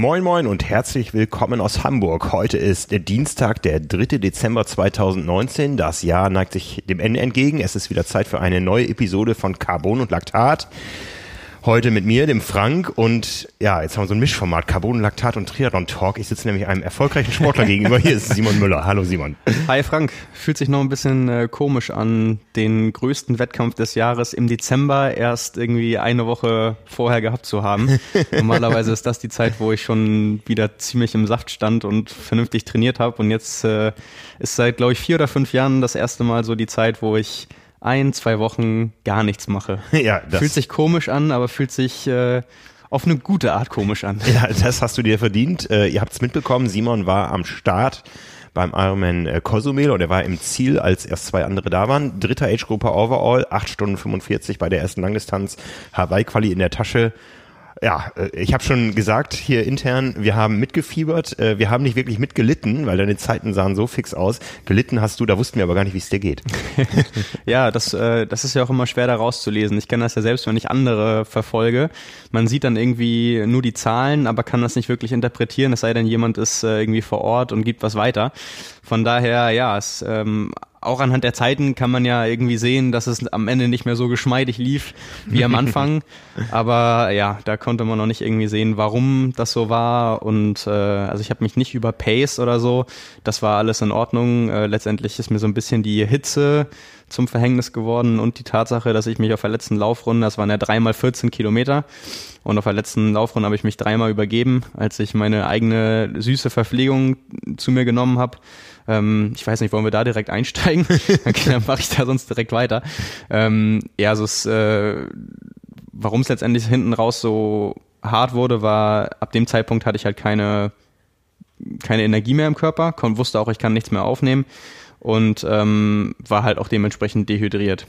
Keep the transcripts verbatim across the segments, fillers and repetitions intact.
Moin Moin und herzlich willkommen aus Hamburg. Heute ist der Dienstag, der dritte Dezember zweitausendneunzehn. Das Jahr neigt sich dem Ende entgegen. Es ist wieder Zeit für eine neue Episode von Carbon und Laktat. Heute mit mir, dem Frank, und ja, jetzt haben wir so ein Mischformat, Carbon, Laktat und Triathlon Talk. Ich sitze nämlich einem erfolgreichen Sportler gegenüber. Hier ist Simon Müller. Hallo Simon. Hi Frank. Fühlt sich noch ein bisschen äh, komisch an, den größten Wettkampf des Jahres im Dezember erst irgendwie eine Woche vorher gehabt zu haben. Normalerweise ist das die Zeit, wo ich schon wieder ziemlich im Saft stand und vernünftig trainiert habe. Und jetzt äh, ist seit, glaube ich, vier oder fünf Jahren das erste Mal so die Zeit, wo ich ein, zwei Wochen gar nichts mache. Ja, das fühlt sich komisch an, aber fühlt sich äh, auf eine gute Art komisch an. Ja, das hast du dir verdient. Äh, ihr habt es mitbekommen, Simon war am Start beim Ironman äh, Cozumel und er war im Ziel, als erst zwei andere da waren. Dritter Age-Gruppe Overall, acht Stunden fünfundvierzig bei der ersten Langdistanz, Hawaii-Quali in der Tasche. Ja, ich habe schon gesagt hier intern, wir haben mitgefiebert, wir haben nicht wirklich mitgelitten, weil deine Zeiten sahen so fix aus. Gelitten hast du, da wussten wir aber gar nicht, wie es dir geht. Ja, das, das ist ja auch immer schwer da rauszulesen. Ich kenne das ja selbst, wenn ich andere verfolge. Man sieht dann irgendwie nur die Zahlen, aber kann das nicht wirklich interpretieren, es sei denn, jemand ist irgendwie vor Ort und gibt was weiter. Von daher, ja, es ähm, auch anhand der Zeiten kann man ja irgendwie sehen, dass es am Ende nicht mehr so geschmeidig lief wie am Anfang. Aber ja, da konnte man noch nicht irgendwie sehen, warum das so war. Und äh, also ich habe mich nicht überpaced oder so. Das war alles in Ordnung. Äh, letztendlich ist mir so ein bisschen die Hitze zum Verhängnis geworden und die Tatsache, dass ich mich auf der letzten Laufrunde, das waren ja dreimal vierzehn Kilometer, und auf der letzten Laufrunde habe ich mich dreimal übergeben, als ich meine eigene süße Verpflegung zu mir genommen habe. Ähm, ich weiß nicht, wollen wir da direkt einsteigen? Dann mache ich da sonst direkt weiter. Ähm, ja, also es, äh, warum es letztendlich hinten raus so hart wurde, war, ab dem Zeitpunkt hatte ich halt keine, keine Energie mehr im Körper, kon, wusste auch, ich kann nichts mehr aufnehmen. Und ähm, war halt auch dementsprechend dehydriert.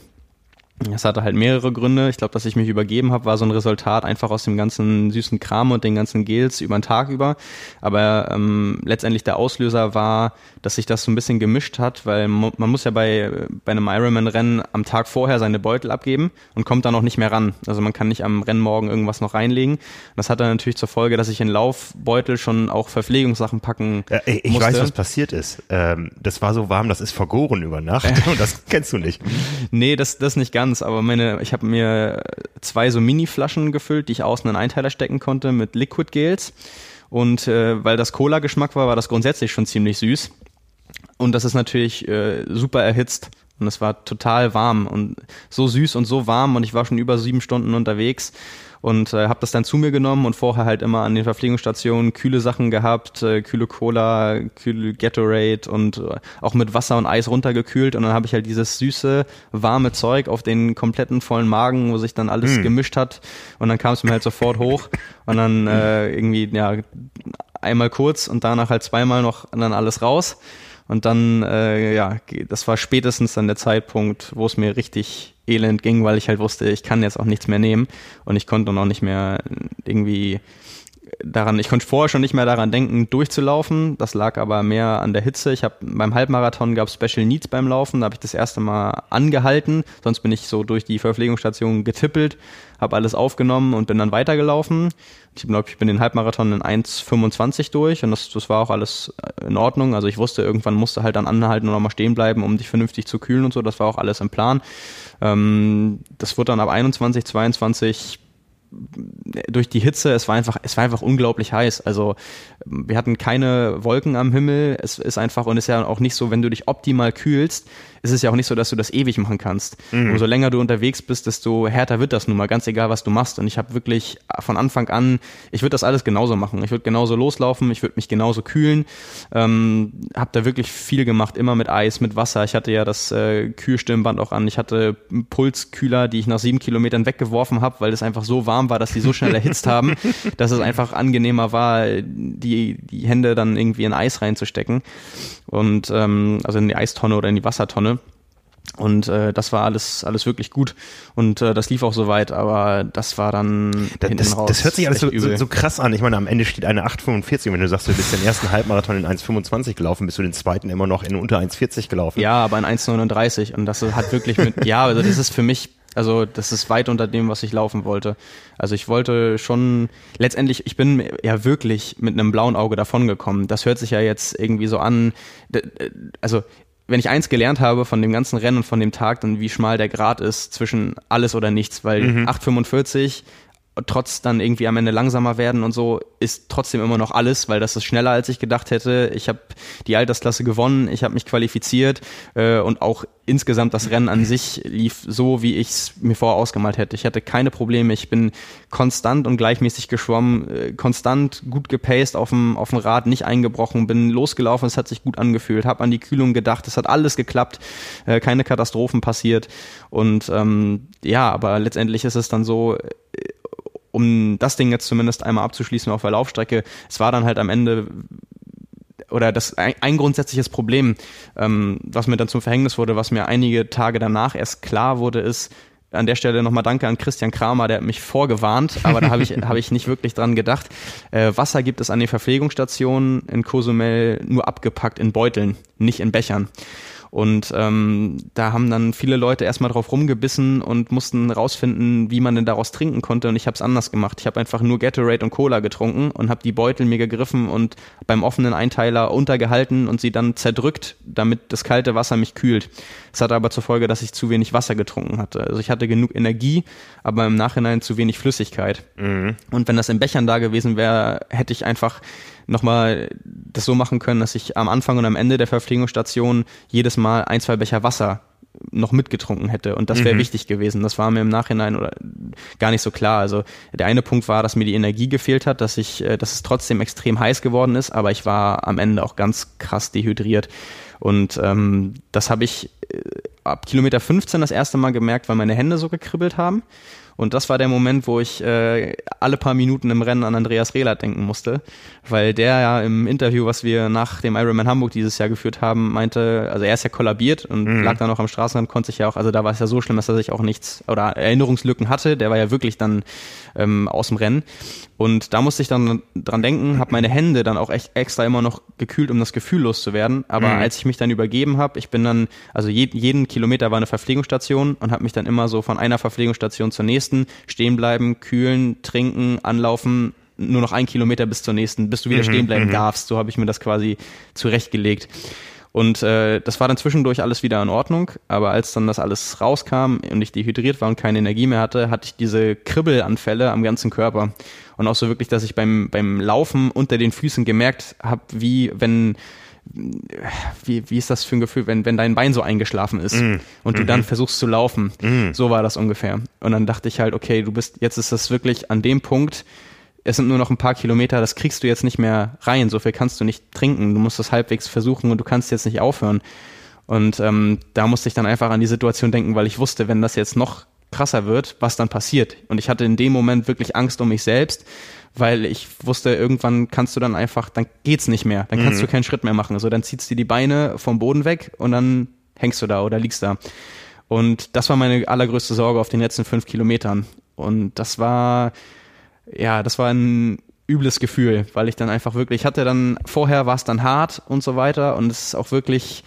Das hatte halt mehrere Gründe. Ich glaube, dass ich mich übergeben habe, war so ein Resultat einfach aus dem ganzen süßen Kram und den ganzen Gels über den Tag über. Aber ähm, letztendlich der Auslöser war, dass sich das so ein bisschen gemischt hat, weil man muss ja bei bei einem Ironman-Rennen am Tag vorher seine Beutel abgeben und kommt dann auch nicht mehr ran. Also man kann nicht am Rennmorgen irgendwas noch reinlegen. Das hat dann natürlich zur Folge, dass ich in Laufbeutel schon auch Verpflegungssachen packen ja, ich musste. Ich weiß, was passiert ist. Ähm, das war so warm, das ist vergoren über Nacht und das kennst du nicht. Nee, das das nicht ganz. Aber meine, ich habe mir zwei so Mini-Flaschen gefüllt, die ich außen in einen Einteiler stecken konnte mit Liquid Gels. Und äh, weil das Cola-Geschmack war, war das grundsätzlich schon ziemlich süß. Und das ist natürlich äh, super erhitzt. Und es war total warm und so süß und so warm. Und ich war schon über sieben Stunden unterwegs. Und äh, habe das dann zu mir genommen und vorher halt immer an den Verpflegungsstationen kühle Sachen gehabt, äh, kühle Cola, kühle Gatorade und äh, auch mit Wasser und Eis runtergekühlt. Und dann habe ich halt dieses süße, warme Zeug auf den kompletten vollen Magen, wo sich dann alles mm. gemischt hat. Und dann kam es mir halt sofort hoch. Und dann äh, irgendwie, ja, einmal kurz und danach halt zweimal noch dann alles raus. Und dann, äh, ja, das war spätestens dann der Zeitpunkt, wo es mir richtig elend ging, weil ich halt wusste, ich kann jetzt auch nichts mehr nehmen und ich konnte noch nicht mehr irgendwie daran, ich konnte vorher schon nicht mehr daran denken, durchzulaufen. Das lag aber mehr an der Hitze. Ich habe beim Halbmarathon gab es Special Needs beim Laufen, da habe ich das erste Mal angehalten, sonst bin ich so durch die Verpflegungsstation getippelt, habe alles aufgenommen und bin dann weitergelaufen. Ich glaube, ich bin den Halbmarathon in eins fünfundzwanzig durch und das, das war auch alles in Ordnung. Also ich wusste, irgendwann musste halt dann anhalten und nochmal stehen bleiben, um dich vernünftig zu kühlen und so. Das war auch alles im Plan. Ähm, das wurde dann ab einundzwanzig, zweiundzwanzig durch die Hitze, es war einfach, es war einfach unglaublich heiß. Also wir hatten keine Wolken am Himmel. Es ist einfach, und es ist ja auch nicht so, wenn du dich optimal kühlst, ist es ja auch nicht so, dass du das ewig machen kannst. Mhm. Umso länger du unterwegs bist, desto härter wird das nun mal, ganz egal, was du machst. Und ich habe wirklich von Anfang an, ich würde das alles genauso machen. Ich würde genauso loslaufen, ich würde mich genauso kühlen. Ähm, habe da wirklich viel gemacht, immer mit Eis, mit Wasser. Ich hatte ja das äh, Kühlstirnband auch an. Ich hatte Pulskühler, die ich nach sieben Kilometern weggeworfen habe, weil es einfach so warm war, dass die so schnell erhitzt haben, dass es einfach angenehmer war, die, die Hände dann irgendwie in Eis reinzustecken. Und ähm, also in die Eistonne oder in die Wassertonne. Und äh, das war alles alles wirklich gut und äh, das lief auch soweit, aber das war dann das, hinten das, raus. Das hört sich alles so, so, so krass an. Ich meine, am Ende steht eine acht fünfundvierzig und wenn du sagst, du bist den ersten Halbmarathon in eins fünfundzwanzig gelaufen, bist du den zweiten immer noch in unter eins vierzig gelaufen. Ja, aber in eins neununddreißig und das hat wirklich mit, ja, also das ist für mich, Also das ist weit unter dem, was ich laufen wollte. Also ich wollte schon, letztendlich, ich bin ja wirklich mit einem blauen Auge davongekommen. Das hört sich ja jetzt irgendwie so an, also wenn ich eins gelernt habe von dem ganzen Rennen und von dem Tag, dann wie schmal der Grat ist zwischen alles oder nichts, weil mhm. acht fünfundvierzig trotz dann irgendwie am Ende langsamer werden und so, ist trotzdem immer noch alles, weil das ist schneller, als ich gedacht hätte. Ich habe die Altersklasse gewonnen, ich habe mich qualifiziert äh, und auch insgesamt das Rennen an sich lief so, wie ich es mir vorher ausgemalt hätte. Ich hatte keine Probleme, ich bin konstant und gleichmäßig geschwommen, äh, konstant gut gepaced auf dem auf dem Rad, nicht eingebrochen, bin losgelaufen, es hat sich gut angefühlt, habe an die Kühlung gedacht, es hat alles geklappt, äh, keine Katastrophen passiert und ähm, ja, aber letztendlich ist es dann so, äh, um das Ding jetzt zumindest einmal abzuschließen auf der Laufstrecke, es war dann halt am Ende oder das ein, ein grundsätzliches Problem, ähm, was mir dann zum Verhängnis wurde, was mir einige Tage danach erst klar wurde, ist, an der Stelle nochmal danke an Christian Kramer, der hat mich vorgewarnt, aber da habe ich, hab ich nicht wirklich dran gedacht. Äh, Wasser gibt es an den Verpflegungsstationen in Cozumel nur abgepackt in Beuteln, nicht in Bechern. Und ähm, da haben dann viele Leute erstmal drauf rumgebissen und mussten rausfinden, wie man denn daraus trinken konnte. Und ich habe es anders gemacht. Ich habe einfach nur Gatorade und Cola getrunken und habe die Beutel mir gegriffen und beim offenen Einteiler untergehalten und sie dann zerdrückt, damit das kalte Wasser mich kühlt. Das hatte aber zur Folge, dass ich zu wenig Wasser getrunken hatte. Also ich hatte genug Energie, aber im Nachhinein zu wenig Flüssigkeit. Mhm. Und wenn das in Bechern da gewesen wäre, hätte ich einfach nochmal das so machen können, dass ich am Anfang und am Ende der Verpflegungsstation jedes Mal ein, zwei Becher Wasser noch mitgetrunken hätte und das wäre mhm. wichtig gewesen. Das war mir im Nachhinein oder gar nicht so klar. Also der eine Punkt war, dass mir die Energie gefehlt hat, dass ich, dass es trotzdem extrem heiß geworden ist, aber ich war am Ende auch ganz krass dehydriert und ähm, das habe ich ab Kilometer fünfzehn das erste Mal gemerkt, weil meine Hände so gekribbelt haben. Und das war der Moment, wo ich äh, alle paar Minuten im Rennen an Andreas Rehlert denken musste, weil der ja im Interview, was wir nach dem Ironman Hamburg dieses Jahr geführt haben, meinte, also er ist ja kollabiert und mhm. lag dann noch am Straßenrand, konnte sich ja auch, also da war es ja so schlimm, dass er sich auch nichts oder Erinnerungslücken hatte, der war ja wirklich dann ähm, aus dem Rennen. Und da musste ich dann dran denken, habe meine Hände dann auch echt extra immer noch gekühlt, um das Gefühl loszuwerden. Aber mhm. als ich mich dann übergeben habe, ich bin dann, also je, jeden Kilometer war eine Verpflegungsstation und habe mich dann immer so von einer Verpflegungsstation zur nächsten stehen bleiben, kühlen, trinken, anlaufen, nur noch ein Kilometer bis zur nächsten, bis du wieder mhm. stehen bleiben mhm. darfst. So habe ich mir das quasi zurechtgelegt. Und äh, das war dann zwischendurch alles wieder in Ordnung, aber als dann das alles rauskam und ich dehydriert war und keine Energie mehr hatte, hatte ich diese Kribbelanfälle am ganzen Körper. Und auch so wirklich, dass ich beim beim Laufen unter den Füßen gemerkt habe, wie wenn wie wie ist das für ein Gefühl, wenn wenn dein Bein so eingeschlafen ist mm. und du mm-hmm. dann versuchst zu laufen. Mm. So war das ungefähr. Und dann dachte ich halt, okay, du bist, jetzt ist das wirklich an dem Punkt, es sind nur noch ein paar Kilometer, das kriegst du jetzt nicht mehr rein, so viel kannst du nicht trinken, du musst das halbwegs versuchen und du kannst jetzt nicht aufhören. Und ähm, da musste ich dann einfach an die Situation denken, weil ich wusste, wenn das jetzt noch krasser wird, was dann passiert. Und ich hatte in dem Moment wirklich Angst um mich selbst, weil ich wusste, irgendwann kannst du dann einfach, dann geht's nicht mehr, dann kannst mhm. du keinen Schritt mehr machen. Also dann ziehst du die Beine vom Boden weg und dann hängst du da oder liegst da. Und das war meine allergrößte Sorge auf den letzten fünf Kilometern. Und das war, ja, das war ein übles Gefühl, weil ich dann einfach wirklich, ich hatte dann, vorher war es dann hart und so weiter und es ist auch wirklich,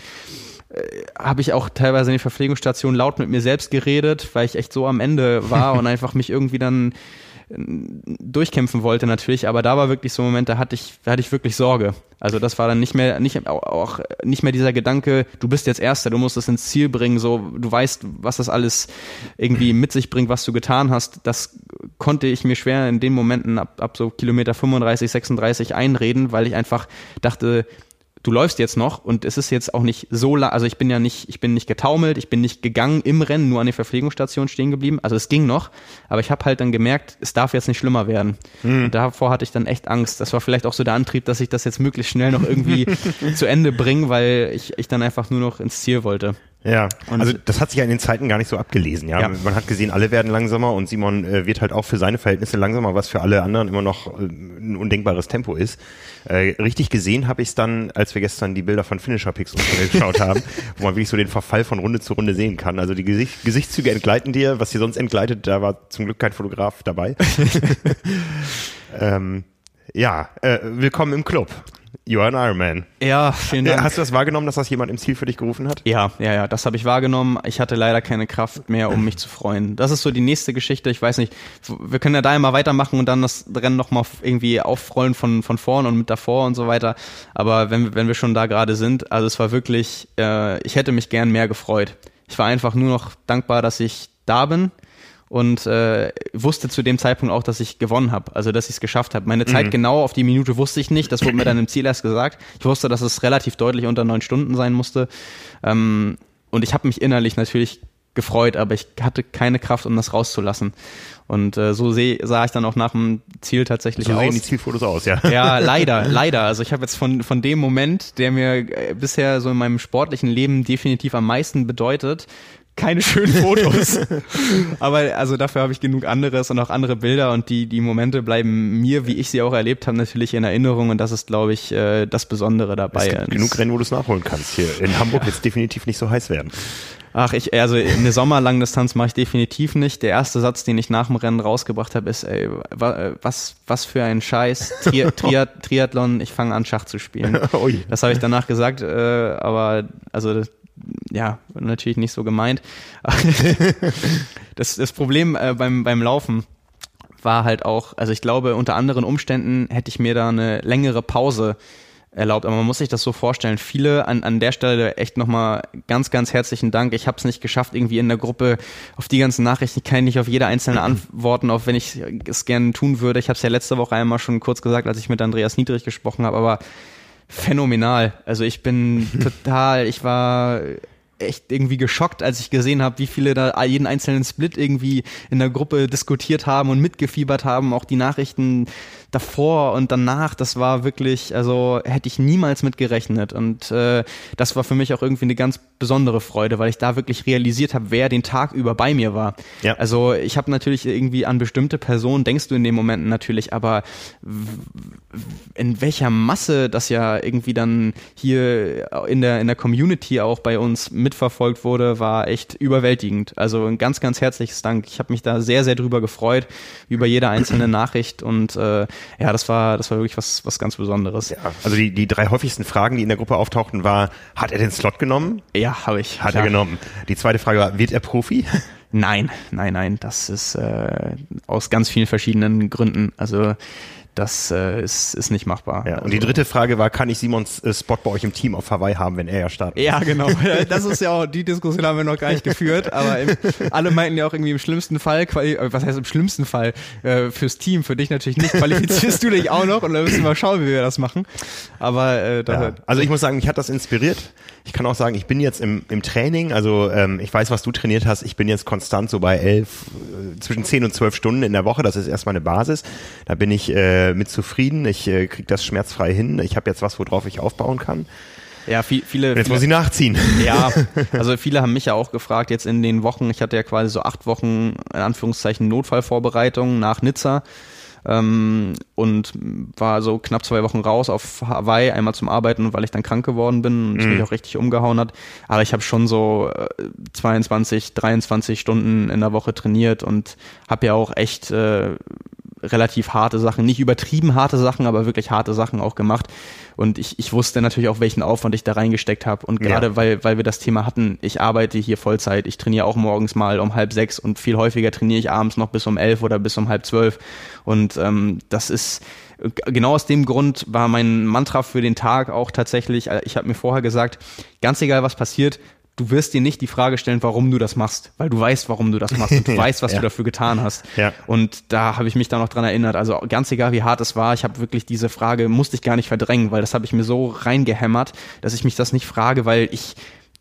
habe ich auch teilweise in den Verpflegungsstationen laut mit mir selbst geredet, weil ich echt so am Ende war und einfach mich irgendwie dann durchkämpfen wollte natürlich, aber da war wirklich so ein Moment, da hatte ich, da hatte ich wirklich Sorge. Also das war dann nicht mehr, nicht, auch nicht mehr dieser Gedanke, du bist jetzt Erster, du musst es ins Ziel bringen, so, du weißt, was das alles irgendwie mit sich bringt, was du getan hast. Das konnte ich mir schwer in den Momenten ab, ab so Kilometer fünfunddreißig, sechsunddreißig einreden, weil ich einfach dachte, du läufst jetzt noch und es ist jetzt auch nicht so lang, also ich bin ja nicht, ich bin nicht getaumelt, ich bin nicht gegangen im Rennen, nur an der Verpflegungsstation stehen geblieben, also es ging noch, aber ich habe halt dann gemerkt, es darf jetzt nicht schlimmer werden. Mhm. Und davor hatte ich dann echt Angst. Das war vielleicht auch so der Antrieb, dass ich das jetzt möglichst schnell noch irgendwie zu Ende bringe, weil ich, ich dann einfach nur noch ins Ziel wollte. Ja, und also das hat sich ja in den Zeiten gar nicht so abgelesen. Ja, ja. Man hat gesehen, alle werden langsamer und Simon äh, wird halt auch für seine Verhältnisse langsamer, was für alle anderen immer noch äh, ein undenkbares Tempo ist. Äh, richtig gesehen habe ich es dann, als wir gestern die Bilder von Finisher Picks geschaut haben, wo man wirklich so den Verfall von Runde zu Runde sehen kann. Also die Gesicht, Gesichtszüge entgleiten dir, was dir sonst entgleitet, da war zum Glück kein Fotograf dabei. ähm, ja, äh, willkommen im Club. You are an Ironman. Ja, vielen Dank. Hast du das wahrgenommen, dass das jemand im Ziel für dich gerufen hat? Ja, ja, ja, das habe ich wahrgenommen. Ich hatte leider keine Kraft mehr, um mich zu freuen. Das ist so die nächste Geschichte. Ich weiß nicht, wir können ja da immer weitermachen und dann das Rennen nochmal irgendwie aufrollen von, von vorn und mit davor und so weiter. Aber wenn, wenn wir schon da gerade sind, also es war wirklich, äh, ich hätte mich gern mehr gefreut. Ich war einfach nur noch dankbar, dass ich da bin. Und äh, wusste zu dem Zeitpunkt auch, dass ich gewonnen habe, also dass ich es geschafft habe. Meine Zeit mhm. genau auf die Minute wusste ich nicht, das wurde mir dann im Ziel erst gesagt. Ich wusste, dass es relativ deutlich unter neun Stunden sein musste. Ähm, und ich habe mich innerlich natürlich gefreut, aber ich hatte keine Kraft, um das rauszulassen. Und äh, so seh, sah ich dann auch nach dem Ziel tatsächlich so aus. So sehen die Zielfotos aus, ja. Ja, leider, leider. Also ich habe jetzt von von dem Moment, der mir äh, bisher so in meinem sportlichen Leben definitiv am meisten bedeutet, keine schönen Fotos. Aber also dafür habe ich genug anderes und auch andere Bilder und die die Momente bleiben mir, wie ich sie auch erlebt habe, natürlich in Erinnerung und das ist, glaube ich, äh, das Besondere dabei. Es gibt genug Rennen, wo du es nachholen kannst. Hier in Hamburg ja. wird es definitiv nicht so heiß werden. Ach, ich, also eine Sommerlangdistanz mache ich definitiv nicht. Der erste Satz, den ich nach dem Rennen rausgebracht habe, ist, ey, was, was für ein Scheiß. Tri- Tri- Triathlon, ich fange an, Schach zu spielen. Das habe ich danach gesagt, äh, aber also ja, natürlich nicht so gemeint. das, das Problem äh, beim, beim Laufen war halt auch, also ich glaube, unter anderen Umständen hätte ich mir da eine längere Pause erlaubt, aber man muss sich das so vorstellen. Viele an, an der Stelle echt nochmal ganz, ganz herzlichen Dank. Ich habe es nicht geschafft, irgendwie in der Gruppe auf die ganzen Nachrichten, ich kann nicht auf jede einzelne antworten, auch wenn ich es gerne tun würde. Ich habe es ja letzte Woche einmal schon kurz gesagt, als ich mit Andreas Niedrig gesprochen habe, aber phänomenal. Also ich bin total, ich war echt irgendwie geschockt, als ich gesehen habe, wie viele da jeden einzelnen Split irgendwie in der Gruppe diskutiert haben und mitgefiebert haben, auch die Nachrichten davor und danach, das war wirklich, also hätte ich niemals mit gerechnet und äh, das war für mich auch irgendwie eine ganz besondere Freude, weil ich da wirklich realisiert habe, wer den Tag über bei mir war. Ja. Also ich habe natürlich irgendwie an bestimmte Personen, denkst du in den Momenten natürlich, aber in welcher Masse das ja irgendwie dann hier in der in der Community auch bei uns mitverfolgt wurde, war echt überwältigend. Also ein ganz, ganz herzliches Dank. Ich habe mich da sehr, sehr drüber gefreut, über jede einzelne Nachricht und äh, ja, das war das war wirklich was was ganz Besonderes. Ja, also die die drei häufigsten Fragen, die in der Gruppe auftauchten, war: Hat er den Slot genommen? Ja, habe ich. Hat klar. er genommen. Die zweite Frage war: Wird er Profi? Nein, nein, nein. Das ist äh, aus ganz vielen verschiedenen Gründen. Also das äh, ist, ist nicht machbar. Ja, und also, die dritte Frage war: Kann ich Simons äh, Spot bei euch im Team auf Hawaii haben, wenn er ja startet? Ja, genau. Das ist ja auch, die Diskussion haben wir noch gar nicht geführt, aber im, alle meinten ja auch irgendwie im schlimmsten Fall, was heißt im schlimmsten Fall, äh, fürs Team, für dich natürlich nicht, qualifizierst du dich auch noch und dann müssen wir mal schauen, wie wir das machen. Aber äh, das, ja. Also ich muss sagen, mich hat das inspiriert. Ich kann auch sagen, ich bin jetzt im, im Training, also ähm, ich weiß, was du trainiert hast, ich bin jetzt konstant so bei elf, äh, zwischen zehn und zwölf Stunden in der Woche, das ist erstmal eine Basis. Da bin ich äh, mit zufrieden, ich äh, kriege das schmerzfrei hin, ich habe jetzt was, worauf ich aufbauen kann. Ja, viel, viele. Und jetzt viele, muss ich nachziehen. Ja, also viele haben mich ja auch gefragt, jetzt in den Wochen, ich hatte ja quasi so acht Wochen, in Anführungszeichen, Notfallvorbereitung nach Nizza. Ähm, und war so knapp zwei Wochen raus auf Hawaii, einmal zum Arbeiten, weil ich dann krank geworden bin und es Mhm. mich auch richtig umgehauen hat. Aber ich habe schon so äh, zweiundzwanzig, dreiundzwanzig Stunden in der Woche trainiert und habe ja auch echt äh, relativ harte Sachen, nicht übertrieben harte Sachen, aber wirklich harte Sachen auch gemacht. Und ich, ich wusste natürlich auch, welchen Aufwand ich da reingesteckt habe. Und gerade Ja. weil, weil wir das Thema hatten, ich arbeite hier Vollzeit, ich trainiere auch morgens mal um halb sechs und viel häufiger trainiere ich abends noch bis um elf oder bis um halb zwölf. Und ähm, das ist genau aus dem Grund war mein Mantra für den Tag auch tatsächlich, ich habe mir vorher gesagt, ganz egal was passiert, du wirst dir nicht die Frage stellen, warum du das machst, weil du weißt, warum du das machst und du weißt, was Ja. du dafür getan hast. Ja. Und da habe ich mich dann noch dran erinnert. Also ganz egal, wie hart es war, ich habe wirklich diese Frage, musste ich gar nicht verdrängen, weil das habe ich mir so reingehämmert, dass ich mich das nicht frage, weil ich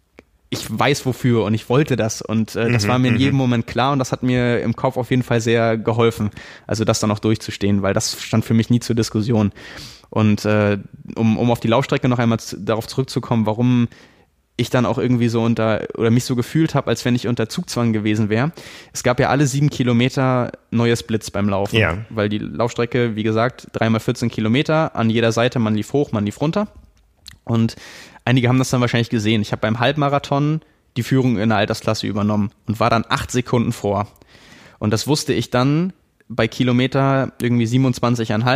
ich weiß wofür und ich wollte das und äh, das Mhm, war mir in mhm. jedem Moment klar und das hat mir im Kopf auf jeden Fall sehr geholfen, also das dann auch durchzustehen, weil das stand für mich nie zur Diskussion. Und äh, um, um auf die Laufstrecke noch einmal zu, darauf zurückzukommen, warum ich dann auch irgendwie so unter, oder mich so gefühlt habe, als wenn ich unter Zugzwang gewesen wäre. Es gab ja alle sieben Kilometer neue Splits beim Laufen, Ja. weil die Laufstrecke, wie gesagt, dreimal vierzehn Kilometer, an jeder Seite, man lief hoch, man lief runter. Und einige haben das dann wahrscheinlich gesehen. Ich habe beim Halbmarathon die Führung in der Altersklasse übernommen und war dann acht Sekunden vor. Und das wusste ich dann bei Kilometer irgendwie siebenundzwanzig Komma fünf.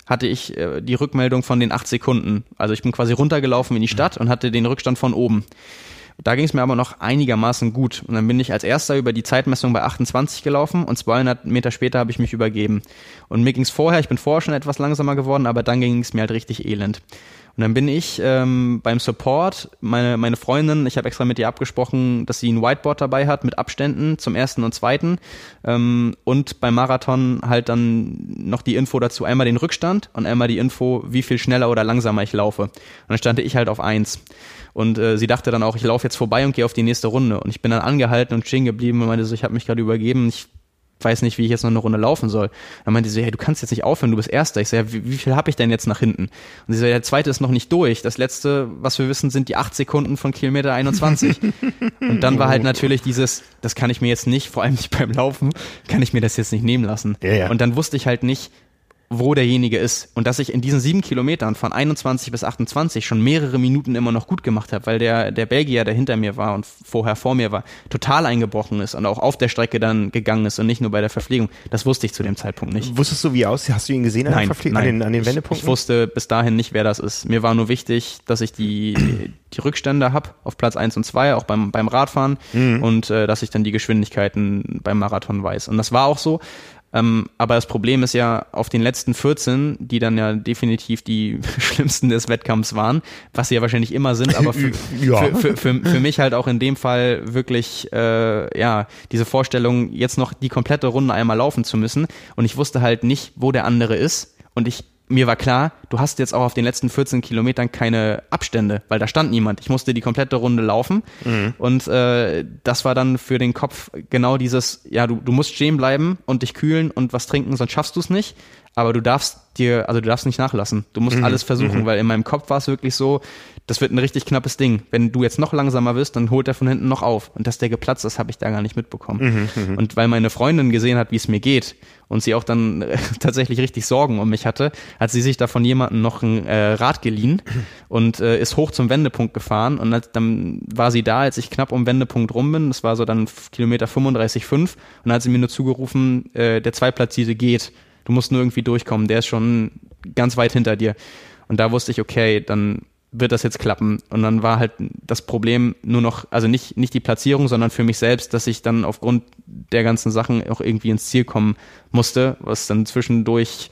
hatte ich äh, die Rückmeldung von den acht Sekunden. Also ich bin quasi runtergelaufen in die Stadt und hatte den Rückstand von oben. Da ging es mir aber noch einigermaßen gut. Und dann bin ich als Erster über die Zeitmessung bei achtundzwanzig gelaufen und zweihundert Meter später habe ich mich übergeben. Und mir ging es vorher, ich bin vorher schon etwas langsamer geworden, aber dann ging es mir halt richtig elend. Und dann bin ich ähm, beim Support, meine meine Freundin, ich habe extra mit ihr abgesprochen, dass sie ein Whiteboard dabei hat mit Abständen zum ersten und zweiten ähm, und beim Marathon halt dann noch die Info dazu, einmal den Rückstand und einmal die Info, wie viel schneller oder langsamer ich laufe. Und dann stand ich halt auf eins. Und äh, sie dachte dann auch, ich laufe jetzt vorbei und gehe auf die nächste Runde. Und ich bin dann angehalten und stehen geblieben und meinte so, ich habe mich gerade übergeben, ich weiß nicht, wie ich jetzt noch eine Runde laufen soll. Dann meinte sie so, hey, du kannst jetzt nicht aufhören, du bist Erster. Ich so, ja, wie, wie viel habe ich denn jetzt nach hinten? Und sie so, ja, der zweite ist noch nicht durch. Das letzte, was wir wissen, sind die acht Sekunden von Kilometer einundzwanzig. Und dann war halt natürlich dieses, das kann ich mir jetzt nicht, vor allem nicht beim Laufen, kann ich mir das jetzt nicht nehmen lassen. Ja, ja. Und dann wusste ich halt nicht, wo derjenige ist. Und dass ich in diesen sieben Kilometern von einundzwanzig bis achtundzwanzig schon mehrere Minuten immer noch gut gemacht habe, weil der, der Belgier, der hinter mir war und vorher vor mir war, total eingebrochen ist und auch auf der Strecke dann gegangen ist und nicht nur bei der Verpflegung. Das wusste ich zu dem Zeitpunkt nicht. Wusstest du, wie aus? Hast du ihn gesehen an, nein, der Verpfle- nein. an den, an den ich, Wendepunkten? Ich wusste bis dahin nicht, wer das ist. Mir war nur wichtig, dass ich die, die Rückstände habe auf Platz eins und zwei, auch beim, beim Radfahren mhm. und äh, dass ich dann die Geschwindigkeiten beim Marathon weiß. Und das war auch so. Ähm, aber das Problem ist ja, auf den letzten vierzehn, die dann ja definitiv die schlimmsten des Wettkampfs waren, was sie ja wahrscheinlich immer sind, aber für, ja. für, für, für, für mich halt auch in dem Fall wirklich, äh, ja, diese Vorstellung, jetzt noch die komplette Runde einmal laufen zu müssen. Und ich wusste halt nicht, wo der andere ist. Und ich mir war klar, du hast jetzt auch auf den letzten vierzehn Kilometern keine Abstände, weil da stand niemand. Ich musste die komplette Runde laufen mhm. und äh, das war dann für den Kopf genau dieses, ja, du, du musst stehen bleiben und dich kühlen und was trinken, sonst schaffst du es nicht. Aber du darfst dir, also du darfst nicht nachlassen. Du musst mhm. alles versuchen, mhm. weil in meinem Kopf war es wirklich so, das wird ein richtig knappes Ding. Wenn du jetzt noch langsamer wirst, dann holt er von hinten noch auf. Und dass der geplatzt ist, habe ich da gar nicht mitbekommen. Mhm. Und weil meine Freundin gesehen hat, wie es mir geht und sie auch dann äh, tatsächlich richtig Sorgen um mich hatte, hat sie sich da von jemandem noch ein äh, Rad geliehen und äh, ist hoch zum Wendepunkt gefahren. Und als, dann war sie da, als ich knapp um Wendepunkt rum bin. Das war so dann Kilometer fünfunddreißig Komma fünf. Und dann hat sie mir nur zugerufen, äh, der Zweitplatzierte geht. Du musst nur irgendwie durchkommen, der ist schon ganz weit hinter dir. Und da wusste ich, okay, dann wird das jetzt klappen. Und dann war halt das Problem nur noch, also nicht, nicht die Platzierung, sondern für mich selbst, dass ich dann aufgrund der ganzen Sachen auch irgendwie ins Ziel kommen musste, was dann zwischendurch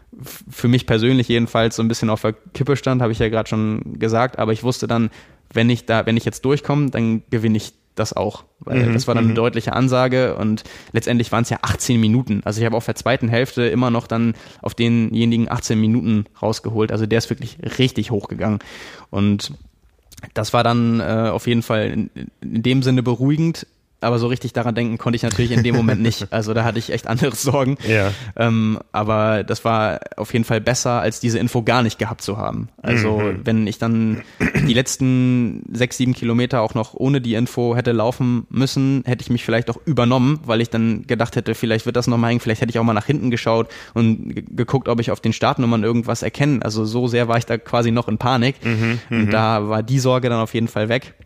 für mich persönlich jedenfalls so ein bisschen auf der Kippe stand, habe ich ja gerade schon gesagt. Aber ich wusste dann, wenn ich da, wenn ich jetzt durchkomme, dann gewinne ich das auch, weil mhm, das war dann eine mhm. deutliche Ansage und letztendlich waren es ja achtzehn Minuten. Also ich habe auf der zweiten Hälfte immer noch dann auf denjenigen achtzehn Minuten rausgeholt. Also der ist wirklich richtig hochgegangen und das war dann äh, auf jeden Fall in, in dem Sinne beruhigend. Aber so richtig daran denken konnte ich natürlich in dem Moment nicht. Also da hatte ich echt andere Sorgen. Ja. Ähm, aber das war auf jeden Fall besser, als diese Info gar nicht gehabt zu haben. Also mhm. wenn ich dann die letzten sechs, sieben Kilometer auch noch ohne die Info hätte laufen müssen, hätte ich mich vielleicht auch übernommen, weil ich dann gedacht hätte, vielleicht wird das nochmal hängen, vielleicht hätte ich auch mal nach hinten geschaut und g- geguckt, ob ich auf den Startnummern irgendwas erkenne. Also so sehr war ich da quasi noch in Panik. Mhm, und da war die Sorge dann auf jeden Fall weg.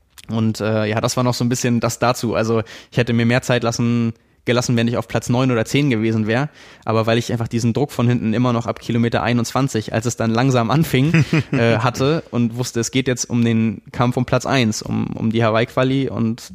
Und äh, ja, das war noch so ein bisschen das dazu. Also ich hätte mir mehr Zeit lassen gelassen, wenn ich auf Platz neun oder zehn gewesen wäre. Aber weil ich einfach diesen Druck von hinten immer noch ab Kilometer einundzwanzig, als es dann langsam anfing, äh, hatte und wusste, es geht jetzt um den Kampf um Platz eins, um, um die Hawaii-Quali. Und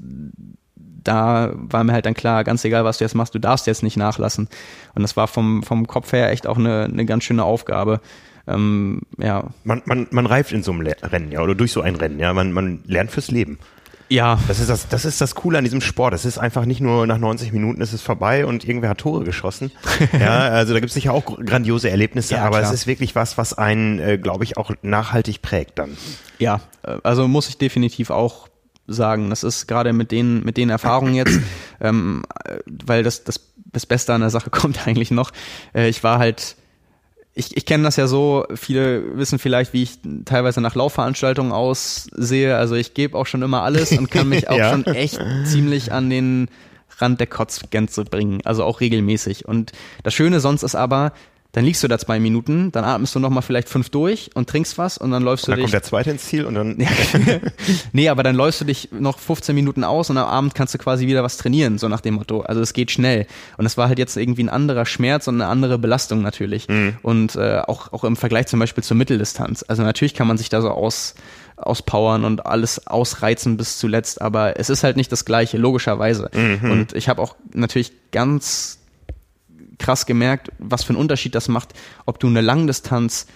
da war mir halt dann klar, ganz egal, was du jetzt machst, du darfst jetzt nicht nachlassen. Und das war vom, vom Kopf her echt auch eine, eine ganz schöne Aufgabe. Ähm, ja. Man, man, man reift in so einem Le- Rennen, ja, oder durch so ein Rennen, ja. Man, man lernt fürs Leben. Ja. Das ist das, das ist das Coole an diesem Sport. Es ist einfach nicht nur nach neunzig Minuten ist es vorbei und irgendwer hat Tore geschossen. Ja, also da gibt es sicher auch grandiose Erlebnisse, ja, aber klar. Es ist wirklich was, was einen, äh, glaube ich, auch nachhaltig prägt dann. Ja, also muss ich definitiv auch sagen. Das ist gerade mit den, mit den Erfahrungen jetzt, ähm, weil das, das, das Beste an der Sache kommt eigentlich noch. Äh, ich war halt Ich, ich kenne das ja so, viele wissen vielleicht, wie ich teilweise nach Laufveranstaltungen aussehe. Also ich gebe auch schon immer alles und kann mich auch ja. schon echt ziemlich an den Rand der Kotzgrenze bringen. Also auch regelmäßig. Und das Schöne sonst ist aber, dann liegst du da zwei Minuten, dann atmest du nochmal vielleicht fünf durch und trinkst was und dann läufst du und dann dich... Dann kommt der zweite ins Ziel und dann... nee, aber dann läufst du dich noch fünfzehn Minuten aus und am Abend kannst du quasi wieder was trainieren, so nach dem Motto. Also es geht schnell. Und es war halt jetzt irgendwie ein anderer Schmerz und eine andere Belastung natürlich. Mhm. Und äh, auch, auch im Vergleich zum Beispiel zur Mitteldistanz. Also natürlich kann man sich da so aus... auspowern und alles ausreizen bis zuletzt, aber es ist halt nicht das Gleiche, logischerweise. Mhm. Und ich habe auch natürlich ganz krass gemerkt, was für einen Unterschied das macht, ob du eine Langdistanz,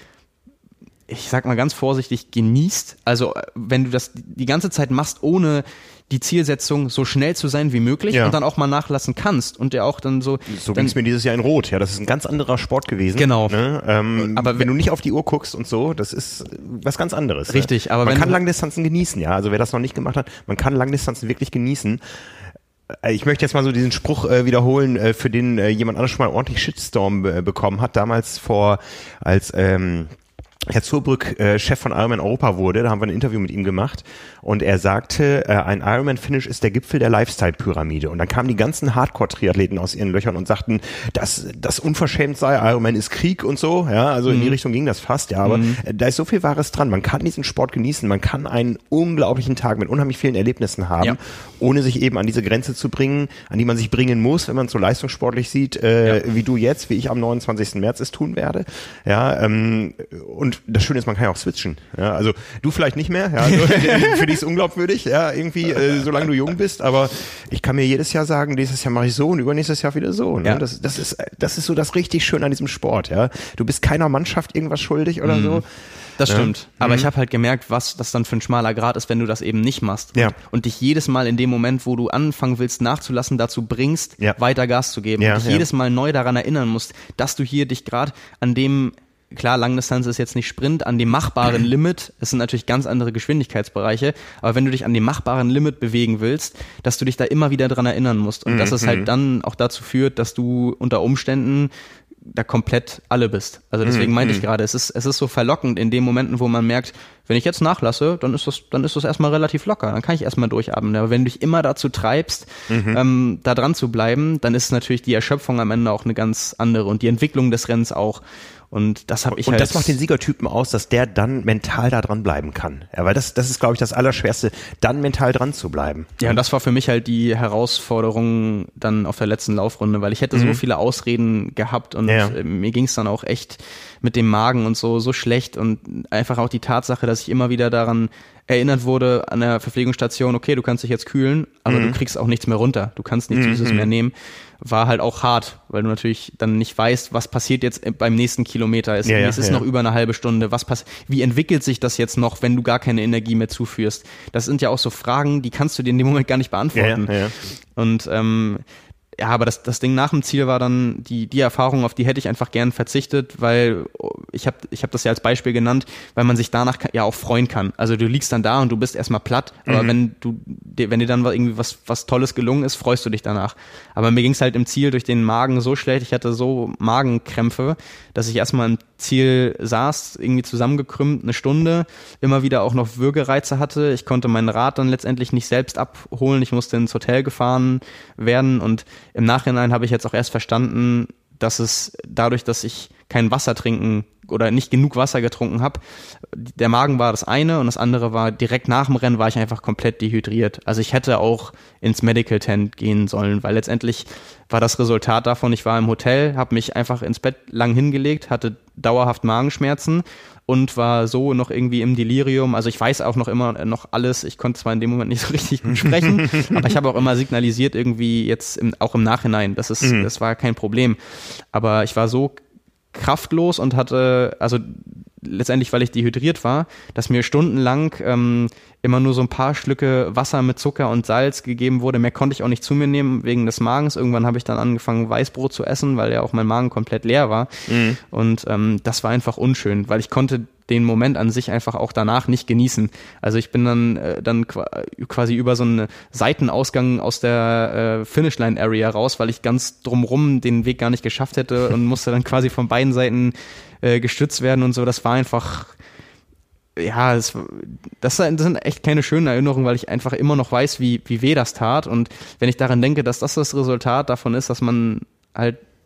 ich sag mal ganz vorsichtig, genießt, also wenn du das die ganze Zeit machst, ohne die Zielsetzung, so schnell zu sein wie möglich ja. und dann auch mal nachlassen kannst und der auch dann so... So ging es mir dieses Jahr in Rot, ja, das ist ein ganz anderer Sport gewesen. Genau. Ne? Ähm, aber wenn du nicht auf die Uhr guckst und so, das ist was ganz anderes. Richtig, ne? aber man wenn kann Langdistanzen genießen, ja, also wer das noch nicht gemacht hat, man kann Langdistanzen wirklich genießen. Ich möchte jetzt mal so diesen Spruch äh, wiederholen, äh, für den äh, jemand anderes schon mal ordentlich Shitstorm äh, bekommen hat, damals vor, als... Ähm, Herr Zurbrück äh, Chef von Ironman Europa wurde, da haben wir ein Interview mit ihm gemacht und er sagte, äh, ein Ironman-Finish ist der Gipfel der Lifestyle-Pyramide und dann kamen die ganzen Hardcore-Triathleten aus ihren Löchern und sagten, dass das unverschämt sei, Ironman ist Krieg und so, ja, also mhm. in die Richtung ging das fast, ja, aber mhm. äh, da ist so viel Wahres dran, man kann diesen Sport genießen, man kann einen unglaublichen Tag mit unheimlich vielen Erlebnissen haben, ja. ohne sich eben an diese Grenze zu bringen, an die man sich bringen muss, wenn man es so leistungssportlich sieht, äh, ja. wie du jetzt, wie ich am neunundzwanzigsten März es tun werde, ja, ähm, und das Schöne ist, man kann ja auch switchen. Ja, also du vielleicht nicht mehr, ja, also, für dich ist unglaubwürdig, ja, irgendwie, äh, solange du jung bist, aber ich kann mir jedes Jahr sagen, nächstes Jahr mache ich so und übernächstes Jahr wieder so. Ne? Ja. Das, das ist, das ist so das richtig Schöne an diesem Sport, ja. Du bist keiner Mannschaft irgendwas schuldig oder mhm. so. Das stimmt. Ja. Aber mhm. ich habe halt gemerkt, was das dann für ein schmaler Grat ist, wenn du das eben nicht machst. Und, ja. und dich jedes Mal in dem Moment, wo du anfangen willst nachzulassen, dazu bringst, ja. weiter Gas zu geben. Ja, und dich ja. jedes Mal neu daran erinnern musst, dass du hier dich gerade an dem, klar, Langdistanz ist jetzt nicht Sprint, an dem machbaren Limit, es sind natürlich ganz andere Geschwindigkeitsbereiche, aber wenn du dich an dem machbaren Limit bewegen willst, dass du dich da immer wieder dran erinnern musst und mhm. dass es halt dann auch dazu führt, dass du unter Umständen da komplett alle bist. Also deswegen meinte ich gerade, es ist, es ist so verlockend in den Momenten, wo man merkt, wenn ich jetzt nachlasse, dann ist das, dann ist das erstmal relativ locker, dann kann ich erstmal durchatmen. Aber wenn du dich immer dazu treibst, mhm. ähm, da dran zu bleiben, dann ist natürlich die Erschöpfung am Ende auch eine ganz andere und die Entwicklung des Rennens auch. Und das habe ich Und halt das macht den Siegertypen aus, dass der dann mental da dran bleiben kann. Ja, weil das, das ist, glaube ich, das Allerschwerste, dann mental dran zu bleiben. Ja, und das war für mich halt die Herausforderung dann auf der letzten Laufrunde, weil ich hätte mhm. so viele Ausreden gehabt und ja. mir ging es dann auch echt mit dem Magen und so, so schlecht und einfach auch die Tatsache, dass ich immer wieder daran erinnert wurde an der Verpflegungsstation, okay, du kannst dich jetzt kühlen, aber mhm. du kriegst auch nichts mehr runter, du kannst nichts Süßes mhm. mehr nehmen, war halt auch hart, weil du natürlich dann nicht weißt, was passiert jetzt beim nächsten Kilometer. Es, ja, ja, es ist ja. noch über eine halbe Stunde, was pass- wie entwickelt sich das jetzt noch, wenn du gar keine Energie mehr zuführst? Das sind ja auch so Fragen, die kannst du dir in dem Moment gar nicht beantworten. Ja, ja, ja. Und ähm, ja, aber das, das Ding nach dem Ziel war dann die, die Erfahrung, auf die hätte ich einfach gern verzichtet, weil ich habe ich hab das ja als Beispiel genannt, weil man sich danach ja auch freuen kann. Also du liegst dann da und du bist erstmal platt, aber mhm. wenn du wenn dir dann irgendwie was, was Tolles gelungen ist, freust du dich danach. Aber mir ging es halt im Ziel durch den Magen so schlecht, ich hatte so Magenkrämpfe, dass ich erstmal im Ziel saß, irgendwie zusammengekrümmt, eine Stunde, immer wieder auch noch Würgereize hatte. Ich konnte mein Rad dann letztendlich nicht selbst abholen, ich musste ins Hotel gefahren werden und im Nachhinein habe ich jetzt auch erst verstanden, dass es dadurch, dass ich kein Wasser trinken oder nicht genug Wasser getrunken habe, der Magen war das eine und das andere war, direkt nach dem Rennen war ich einfach komplett dehydriert. Also ich hätte auch ins Medical Tent gehen sollen, weil letztendlich war das Resultat davon, ich war im Hotel, habe mich einfach ins Bett lang hingelegt, hatte dauerhaft Magenschmerzen und war so noch irgendwie im Delirium. Also ich weiß auch noch immer noch alles. Ich konnte zwar in dem Moment nicht so richtig gut sprechen, aber ich habe auch immer signalisiert irgendwie jetzt im, auch im Nachhinein, das ist, mhm. das war kein Problem. Aber ich war so kraftlos und hatte, also letztendlich, weil ich dehydriert war, dass mir stundenlang ähm, immer nur so ein paar Schlücke Wasser mit Zucker und Salz gegeben wurde. Mehr konnte ich auch nicht zu mir nehmen wegen des Magens. Irgendwann habe ich dann angefangen, Weißbrot zu essen, weil ja auch mein Magen komplett leer war. Mhm. Und ähm, das war einfach unschön, weil ich konnte den Moment an sich einfach auch danach nicht genießen. Also ich bin dann äh, dann quasi über so einen Seitenausgang aus der äh, Finishline-Area raus, weil ich ganz drumrum den Weg gar nicht geschafft hätte und musste dann quasi von beiden Seiten äh, gestützt werden und so. Das war einfach, ja, das, das sind echt keine schönen Erinnerungen, weil ich einfach immer noch weiß, wie, wie weh das tat. Und wenn ich daran denke, dass das das Resultat davon ist, dass man halt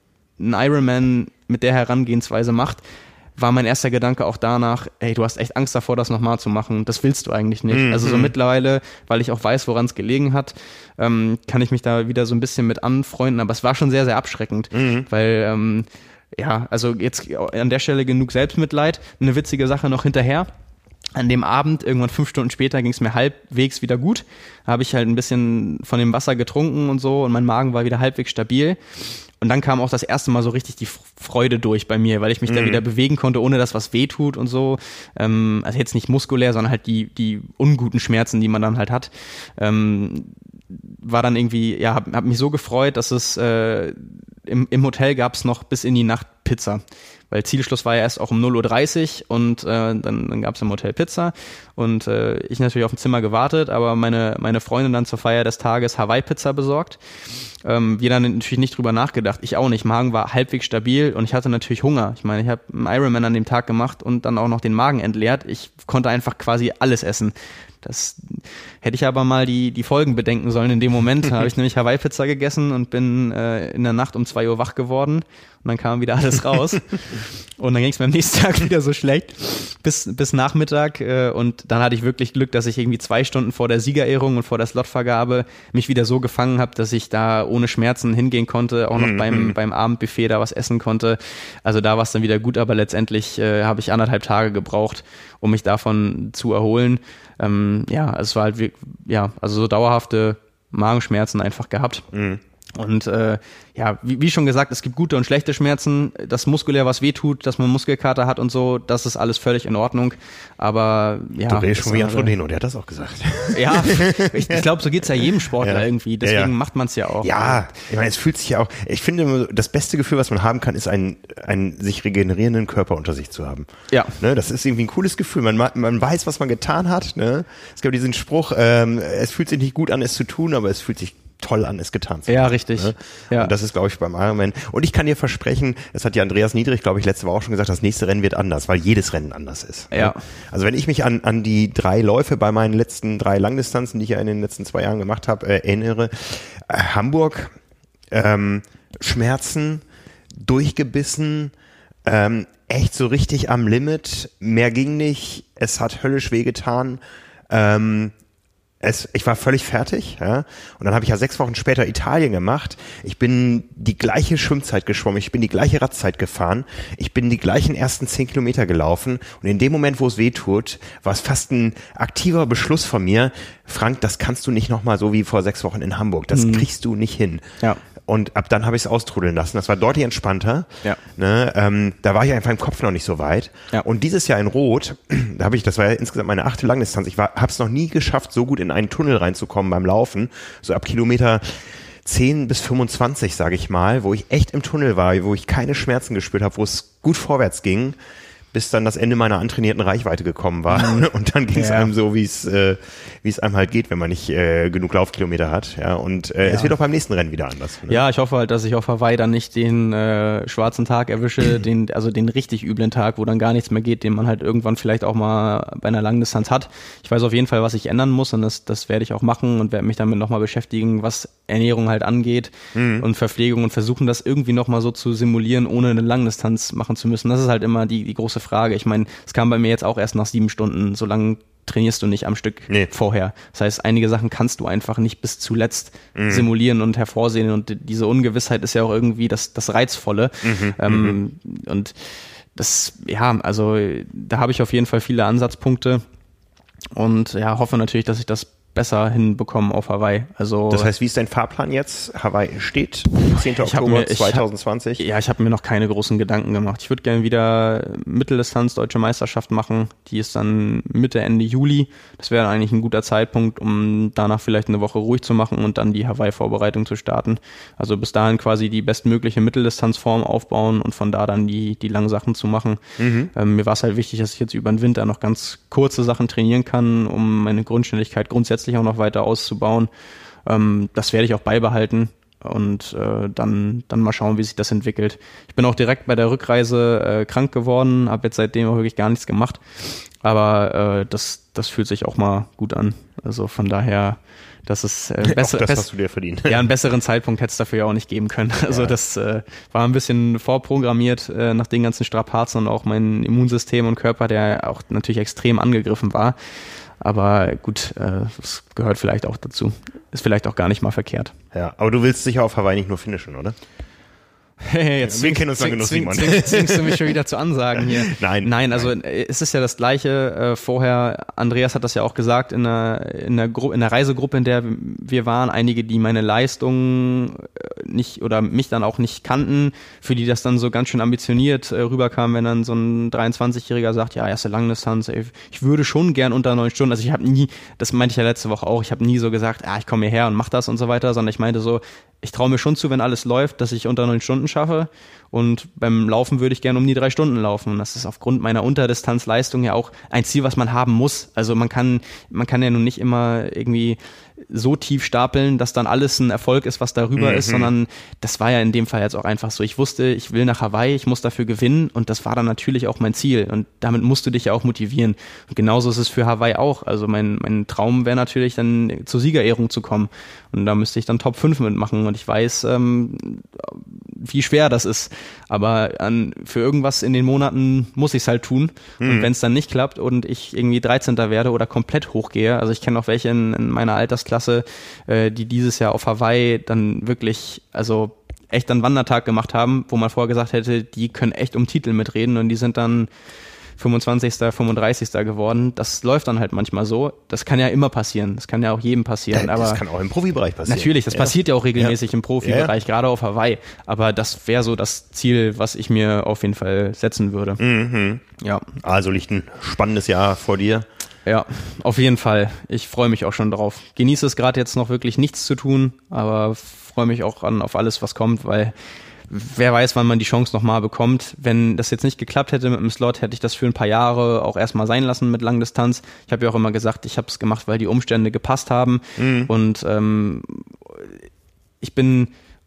einen Ironman mit der Herangehensweise macht, war mein erster Gedanke auch danach, ey, du hast echt Angst davor, das nochmal zu machen. Das willst du eigentlich nicht. Mhm. Also so mittlerweile, weil ich auch weiß, woran es gelegen hat, ähm, kann ich mich da wieder so ein bisschen mit anfreunden. Aber es war schon sehr, sehr abschreckend, mhm. weil, ähm, ja, also jetzt an der Stelle genug Selbstmitleid. Eine witzige Sache noch hinterher. An dem Abend, irgendwann fünf Stunden später, ging es mir halbwegs wieder gut. Da habe ich halt ein bisschen von dem Wasser getrunken und so und mein Magen war wieder halbwegs stabil. Und dann kam auch das erste Mal so richtig die Freude durch bei mir, weil ich mich mhm. da wieder bewegen konnte, ohne dass was wehtut und so. Ähm, also jetzt nicht muskulär, sondern halt die die unguten Schmerzen, die man dann halt hat. Ähm, war dann irgendwie, ja, hab, hab mich so gefreut, dass es äh, im, im Hotel gab es noch bis in die Nacht Pizza. Weil Zielschluss war ja erst auch um null Uhr dreißig und äh, dann, dann gab es im Hotel Pizza und äh, ich natürlich auf dem Zimmer gewartet, aber meine meine Freundin dann zur Feier des Tages Hawaii-Pizza besorgt. Ähm, wir dann natürlich nicht drüber nachgedacht, ich auch nicht. Magen war halbwegs stabil und ich hatte natürlich Hunger. Ich meine, ich habe einen Ironman an dem Tag gemacht und dann auch noch den Magen entleert. Ich konnte einfach quasi alles essen. Das hätte ich aber mal die die Folgen bedenken sollen in dem Moment. Da habe ich nämlich Hawaii-Pizza gegessen und bin äh, in der Nacht um zwei Uhr wach geworden und dann kam wieder alles raus. Und dann ging es mir am nächsten Tag wieder so schlecht bis bis Nachmittag äh, und dann hatte ich wirklich Glück, dass ich irgendwie zwei Stunden vor der Siegerehrung und vor der Slotvergabe mich wieder so gefangen habe, dass ich da ohne Schmerzen hingehen konnte, auch noch beim beim Abendbuffet da was essen konnte. Also da war es dann wieder gut, aber letztendlich äh, habe ich anderthalb Tage gebraucht, um mich davon zu erholen. Ähm, ja, also es war halt, ja, also so dauerhafte Magenschmerzen einfach gehabt. Mhm. Und äh, ja, wie, wie schon gesagt, es gibt gute und schlechte Schmerzen, dass muskulär was wehtut, dass man Muskelkater hat und so, das ist alles völlig in Ordnung, aber ja. Du redest schon wie Jan Frodeno, der hat das auch gesagt. Ja, ich, ich glaube, so geht's ja jedem Sportler ja. irgendwie, deswegen ja, ja. macht man es ja auch. Ja, ich meine, es fühlt sich ja auch, ich finde, das beste Gefühl, was man haben kann, ist einen, einen sich regenerierenden Körper unter sich zu haben. Ja. Ne, das ist irgendwie ein cooles Gefühl, man, man weiß, was man getan hat. Ne? Es gibt diesen Spruch, ähm, es fühlt sich nicht gut an, es zu tun, aber es fühlt sich toll an, es getan zu haben. Ja, richtig. Ne? Ja. Und das ist, glaube ich, beim Ironman. Und ich kann dir versprechen, das hat ja Andreas Niedrig, glaube ich, letzte Woche auch schon gesagt, das nächste Rennen wird anders, weil jedes Rennen anders ist. Ja. Ne? Also wenn ich mich an, an die drei Läufe bei meinen letzten drei Langdistanzen, die ich ja in den letzten zwei Jahren gemacht habe, äh, erinnere, äh, Hamburg, ähm, Schmerzen, durchgebissen, ähm, echt so richtig am Limit, mehr ging nicht, es hat höllisch wehgetan, ähm, Es, ich war völlig fertig, ja. Und dann habe ich ja sechs Wochen später Italien gemacht. Ich bin die gleiche Schwimmzeit geschwommen, ich bin die gleiche Radzeit gefahren, ich bin die gleichen ersten zehn Kilometer gelaufen. Und in dem Moment, wo es weh tut, war es fast ein aktiver Beschluss von mir, Frank, das kannst du nicht nochmal so wie vor sechs Wochen in Hamburg. Das mhm. kriegst du nicht hin. Ja. Und ab dann habe ich es austrudeln lassen. Das war deutlich entspannter. Ja. Ne, ähm, da war ich einfach im Kopf noch nicht so weit. Ja. Und dieses Jahr in Rot, da habe ich, das war ja insgesamt meine achte Langdistanz. Ich habe es noch nie geschafft, so gut in einen Tunnel reinzukommen beim Laufen. So ab Kilometer zehn bis fünfundzwanzig, sage ich mal, wo ich echt im Tunnel war, wo ich keine Schmerzen gespürt habe, wo es gut vorwärts ging, bis dann das Ende meiner antrainierten Reichweite gekommen war. Mhm. Und dann ging es ja. einem so, wie es äh, wie es einem halt geht, wenn man nicht äh, genug Laufkilometer hat. Ja, und äh, ja. es wird auch beim nächsten Rennen wieder anders. Ne? Ja, ich hoffe halt, dass ich auf Hawaii dann nicht den äh, schwarzen Tag erwische, den also den richtig üblen Tag, wo dann gar nichts mehr geht, den man halt irgendwann vielleicht auch mal bei einer Langdistanz hat. Ich weiß auf jeden Fall, was ich ändern muss und das das werde ich auch machen und werde mich damit nochmal beschäftigen, was Ernährung halt angeht mhm. und Verpflegung und versuchen, das irgendwie nochmal so zu simulieren, ohne eine Langdistanz machen zu müssen. Das ist halt immer die die große Frage. Ich meine, es kam bei mir jetzt auch erst nach sieben Stunden. So lange trainierst du nicht am Stück nee. vorher. Das heißt, einige Sachen kannst du einfach nicht bis zuletzt mhm. simulieren und hervorsehen. Und diese Ungewissheit ist ja auch irgendwie das, das Reizvolle. Mhm. Ähm, mhm. Und das, ja, also da habe ich auf jeden Fall viele Ansatzpunkte und ja, hoffe natürlich, dass ich das besser hinbekommen auf Hawaii. Also das heißt, wie ist dein Fahrplan jetzt? Hawaii steht zehnten Oktober zwanzig zwanzig. Hab, ja, ich habe mir noch keine großen Gedanken gemacht. Ich würde gerne wieder Mitteldistanz Deutsche Meisterschaft machen. Die ist dann Mitte, Ende Juli. Das wäre eigentlich ein guter Zeitpunkt, um danach vielleicht eine Woche ruhig zu machen und dann die Hawaii-Vorbereitung zu starten. Also bis dahin quasi die bestmögliche Mitteldistanzform aufbauen und von da dann die die langen Sachen zu machen. Mhm. Ähm, mir war es halt wichtig, dass ich jetzt über den Winter noch ganz kurze Sachen trainieren kann, um meine Grundständigkeit grundsätzlich auch noch weiter auszubauen. Ähm, das werde ich auch beibehalten und äh, dann dann mal schauen, wie sich das entwickelt. Ich bin auch direkt bei der Rückreise äh, krank geworden, habe jetzt seitdem auch wirklich gar nichts gemacht, aber äh, das das fühlt sich auch mal gut an. Also von daher, Das ist äh, besser. das bess- hast du dir verdient. Ja, einen besseren Zeitpunkt hätte es dafür ja auch nicht geben können. Also ja. das äh, war ein bisschen vorprogrammiert äh, nach den ganzen Strapazen und auch mein Immunsystem und Körper, der auch natürlich extrem angegriffen war. Aber gut, äh, das gehört vielleicht auch dazu. Ist vielleicht auch gar nicht mal verkehrt. Ja, aber du willst sicher auf Hawaii nicht nur finishen, oder? Hey, jetzt wir kennen uns lang genug, zwing, Simon. zwing, zwingst du mich schon wieder zu Ansagen hier. Nein. Nein, also nein. es ist ja das Gleiche. Äh, vorher, Andreas hat das ja auch gesagt, in der, in der, Gru- in der Reisegruppe, in der wir waren, einige, die meine Leistung nicht oder mich dann auch nicht kannten, für die das dann so ganz schön ambitioniert äh, rüberkam, wenn dann so ein dreiundzwanzigjähriger sagt, ja, erste Langdistanz, ey, ich würde schon gern unter neun Stunden, also ich habe nie, das meinte ich ja letzte Woche auch, ich habe nie so gesagt, ah, ich komme hierher und mach das und so weiter, sondern ich meinte so, ich traue mir schon zu, wenn alles läuft, dass ich unter neun Stunden schaffe. Und beim Laufen würde ich gerne um die drei Stunden laufen. Und das ist aufgrund meiner Unterdistanzleistung ja auch ein Ziel, was man haben muss. Also man kann, man kann ja nun nicht immer irgendwie so tief stapeln, dass dann alles ein Erfolg ist, was darüber mhm. ist, sondern das war ja in dem Fall jetzt auch einfach so. Ich wusste, ich will nach Hawaii, ich muss dafür gewinnen und das war dann natürlich auch mein Ziel und damit musst du dich ja auch motivieren. Und genauso ist es für Hawaii auch. Also mein, mein Traum wäre natürlich dann zur Siegerehrung zu kommen und da müsste ich dann Top fünf mitmachen und ich weiß, ähm, wie schwer das ist, aber an, für irgendwas in den Monaten muss ich es halt tun mhm. und wenn es dann nicht klappt und ich irgendwie dreizehnter werde oder komplett hochgehe, also ich kenne auch welche in, in meiner Altersklasse, äh, die dieses Jahr auf Hawaii dann wirklich, also echt einen Wandertag gemacht haben, wo man vorher gesagt hätte, die können echt um Titel mitreden und die sind dann fünfundzwanzigster, fünfunddreißigster geworden. Das läuft dann halt manchmal so. Das kann ja immer passieren. Das kann ja auch jedem passieren. Das aber kann auch im Profibereich passieren. Natürlich, das ja. passiert ja auch regelmäßig ja. im Profibereich, ja. gerade auf Hawaii. Aber das wäre so das Ziel, was ich mir auf jeden Fall setzen würde. Mhm. Ja. Also liegt ein spannendes Jahr vor dir. Ja, auf jeden Fall. Ich freue mich auch schon drauf. Genieße es gerade jetzt noch wirklich nichts zu tun, aber freue mich auch an auf alles, was kommt, weil wer weiß, wann man die Chance nochmal bekommt. Wenn das jetzt nicht geklappt hätte mit dem Slot, hätte ich das für ein paar Jahre auch erstmal sein lassen mit Langdistanz. Ich habe ja auch immer gesagt, ich habe es gemacht, weil die Umstände gepasst haben. Mhm. Und ähm, ich bin,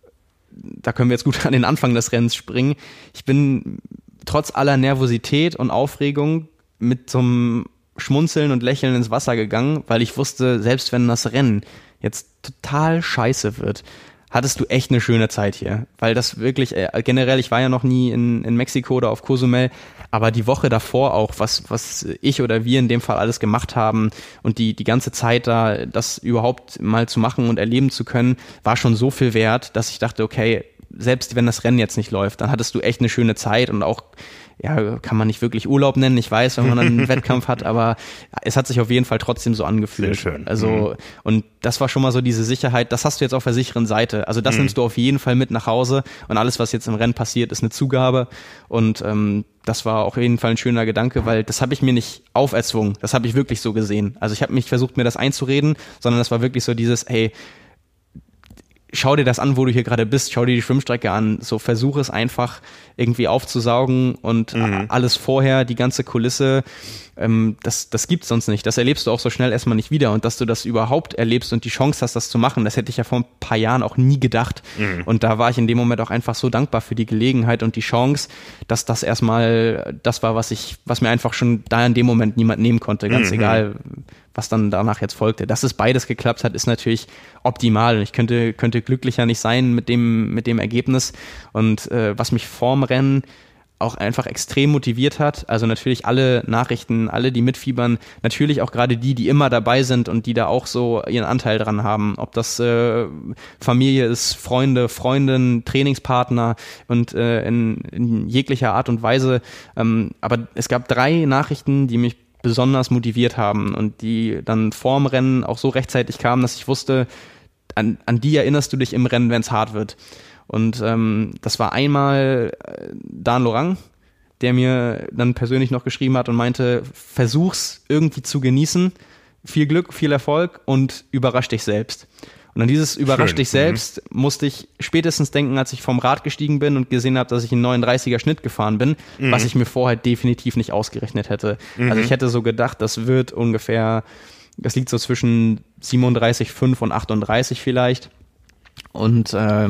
da können wir jetzt gut an den Anfang des Rennens springen, ich bin trotz aller Nervosität und Aufregung mit so einem Schmunzeln und Lächeln ins Wasser gegangen, weil ich wusste, selbst wenn das Rennen jetzt total scheiße wird, hattest du echt eine schöne Zeit hier, weil das wirklich, äh, generell, ich war ja noch nie in, in Mexiko oder auf Cozumel, aber die Woche davor auch, was was ich oder wir in dem Fall alles gemacht haben und die die ganze Zeit da, das überhaupt mal zu machen und erleben zu können, war schon so viel wert, dass ich dachte, okay, selbst wenn das Rennen jetzt nicht läuft, dann hattest du echt eine schöne Zeit und auch, ja, kann man nicht wirklich Urlaub nennen, ich weiß, wenn man dann einen Wettkampf hat, aber es hat sich auf jeden Fall trotzdem so angefühlt. Sehr schön. Also, mhm. und das war schon mal so diese Sicherheit, das hast du jetzt auf der sicheren Seite. Also das mhm. nimmst du auf jeden Fall mit nach Hause und alles, was jetzt im Rennen passiert, ist eine Zugabe und ähm, das war auf jeden Fall ein schöner Gedanke, weil das habe ich mir nicht auferzwungen, das habe ich wirklich so gesehen. Also ich habe nicht versucht, mir das einzureden, sondern das war wirklich so dieses, hey, schau dir das an, wo du hier gerade bist, schau dir die Schwimmstrecke an, so versuche es einfach irgendwie aufzusaugen und mhm. alles vorher, die ganze Kulisse, ähm, das, das gibt's sonst nicht. Das erlebst du auch so schnell erstmal nicht wieder und dass du das überhaupt erlebst und die Chance hast, das zu machen, das hätte ich ja vor ein paar Jahren auch nie gedacht. Mhm. Und da war ich in dem Moment auch einfach so dankbar für die Gelegenheit und die Chance, dass das erstmal das war, was ich, was mir einfach schon da in dem Moment niemand nehmen konnte, ganz mhm. egal, was dann danach jetzt folgte. Dass es beides geklappt hat, ist natürlich optimal. Ich könnte, könnte glücklicher nicht sein mit dem, mit dem Ergebnis. Und äh, was mich vorm Rennen auch einfach extrem motiviert hat, also natürlich alle Nachrichten, alle, die mitfiebern, natürlich auch gerade die, die immer dabei sind und die da auch so ihren Anteil dran haben, ob das äh, Familie ist, Freunde, Freundinnen, Trainingspartner und äh, in, in jeglicher Art und Weise. Ähm, aber es gab drei Nachrichten, die mich besonders motiviert haben und die dann vorm Rennen auch so rechtzeitig kamen, dass ich wusste, an, an die erinnerst du dich im Rennen, wenn es hart wird. Und ähm, das war einmal Dan Lorang, der mir dann persönlich noch geschrieben hat und meinte, versuch's irgendwie zu genießen, viel Glück, viel Erfolg und überrasch dich selbst. Und an dieses überrasch Schön. dich selbst mhm. musste ich spätestens denken, als ich vom Rad gestiegen bin und gesehen habe, dass ich einen neununddreißiger Schnitt gefahren bin, mhm. was ich mir vorher definitiv nicht ausgerechnet hätte. Mhm. Also ich hätte so gedacht, das wird ungefähr, das liegt so zwischen siebenunddreißig Komma fünf und achtunddreißig vielleicht. Und ähm,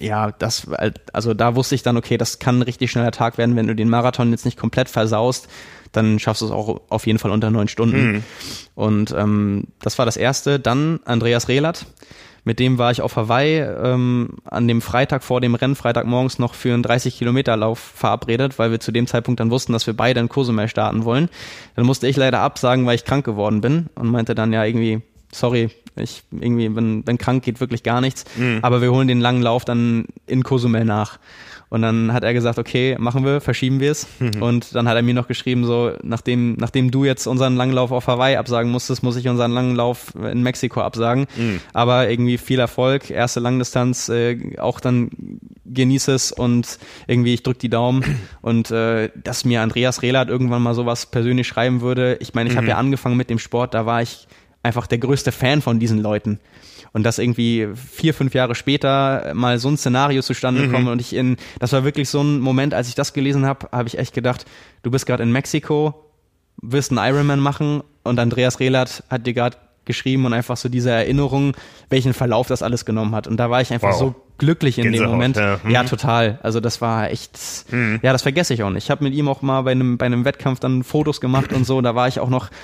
ja, das, also da wusste ich dann, okay, das kann ein richtig schneller Tag werden, wenn du den Marathon jetzt nicht komplett versaust, dann schaffst du es auch auf jeden Fall unter neun Stunden. Mhm. Und ähm, das war das Erste. Dann Andreas Rehlert. Mit dem war ich auf Hawaii ähm, an dem Freitag vor dem Rennen, Freitagmorgens noch für einen dreißig Kilometer Lauf verabredet, weil wir zu dem Zeitpunkt dann wussten, dass wir beide in Cozumel starten wollen. Dann musste ich leider absagen, weil ich krank geworden bin und meinte dann, ja, irgendwie, sorry, ich irgendwie, wenn, wenn krank geht, wirklich gar nichts. Mhm. Aber wir holen den langen Lauf dann in Cozumel nach. Und dann hat er gesagt, okay, machen wir, verschieben wir es. Mhm. Und dann hat er mir noch geschrieben, so, nachdem, nachdem du jetzt unseren langen Lauf auf Hawaii absagen musstest, muss ich unseren langen Lauf in Mexiko absagen. Mhm. Aber irgendwie viel Erfolg, erste Langdistanz, äh, auch dann genieße es und irgendwie ich drück die Daumen. Und äh, dass mir Andreas Rehlert irgendwann mal sowas persönlich schreiben würde. Ich meine, ich mhm. habe ja angefangen mit dem Sport, da war ich einfach der größte Fan von diesen Leuten. Und dass irgendwie vier, fünf Jahre später mal so ein Szenario zustande mhm. kommt und ich in, das war wirklich so ein Moment, als ich das gelesen habe, habe ich echt gedacht, du bist gerade in Mexiko, wirst einen Ironman machen und Andreas Rehlert hat dir gerade geschrieben und einfach so diese Erinnerung, welchen Verlauf das alles genommen hat. Und da war ich einfach wow. so glücklich in Gänsehaut, dem Moment. Ja. Hm. ja, total. Also das war echt, hm. ja, das vergesse ich auch nicht. Ich habe mit ihm auch mal bei einem, bei einem Wettkampf dann Fotos gemacht und so, da war ich auch noch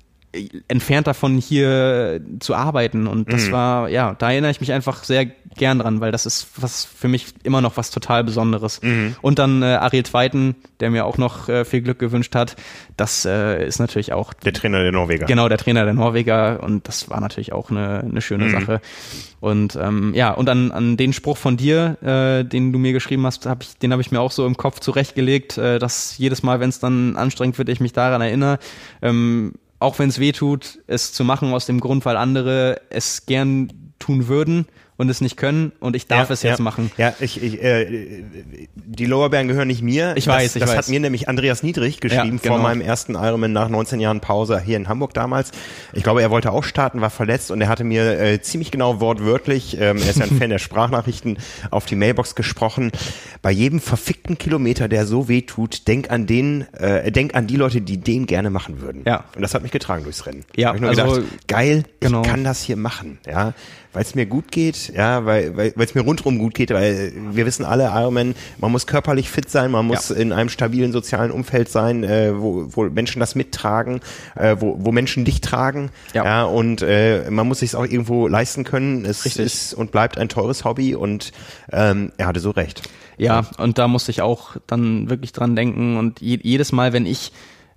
entfernt davon, hier zu arbeiten und das mhm. war, ja, da erinnere ich mich einfach sehr gern dran, weil das ist was für mich immer noch was total Besonderes. Mhm. Und dann äh, Ariel Zweiten, der mir auch noch äh, viel Glück gewünscht hat, das äh, ist natürlich auch der Trainer der Norweger. Genau, der Trainer der Norweger und das war natürlich auch eine, eine schöne mhm. Sache. Und ähm, ja, und an, an den Spruch von dir, äh, den du mir geschrieben hast, hab ich, den habe ich mir auch so im Kopf zurechtgelegt, äh, dass jedes Mal, wenn es dann anstrengend wird, ich mich daran erinnere, ähm, auch wenn es weh tut, es zu machen aus dem Grund, weil andere es gern tun würden und es nicht können und ich darf ja, es jetzt ja. machen. Ja, ich, ich äh, die Lorbeeren gehören nicht mir. Ich weiß, das, ich das weiß. Das hat mir nämlich Andreas Niedrig geschrieben ja, genau. vor meinem ersten Ironman nach neunzehn Jahren Pause hier in Hamburg damals. Ich glaube, er wollte auch starten, war verletzt und er hatte mir äh, ziemlich genau wortwörtlich, ähm, er ist ja ein Fan der Sprachnachrichten, auf die Mailbox gesprochen. Bei jedem verfickten Kilometer, der so weh tut, denk an den, äh, denk an die Leute, die den gerne machen würden. Ja. Und das hat mich getragen durchs Rennen. Ja, hab ich nur also gedacht, geil, genau. ich kann das hier machen, ja. Weil es mir gut geht, ja, weil weil es mir rundherum gut geht, weil wir wissen alle, Ironman, man muss körperlich fit sein, man muss ja. in einem stabilen sozialen Umfeld sein, äh, wo, wo Menschen das mittragen, äh, wo, wo Menschen dich tragen, ja, ja und äh, man muss sich es auch irgendwo leisten können. Es Richtig. ist und bleibt ein teures Hobby und ähm, er hatte so recht. Ja, ja, und da musste ich auch dann wirklich dran denken und je, jedes Mal, wenn ich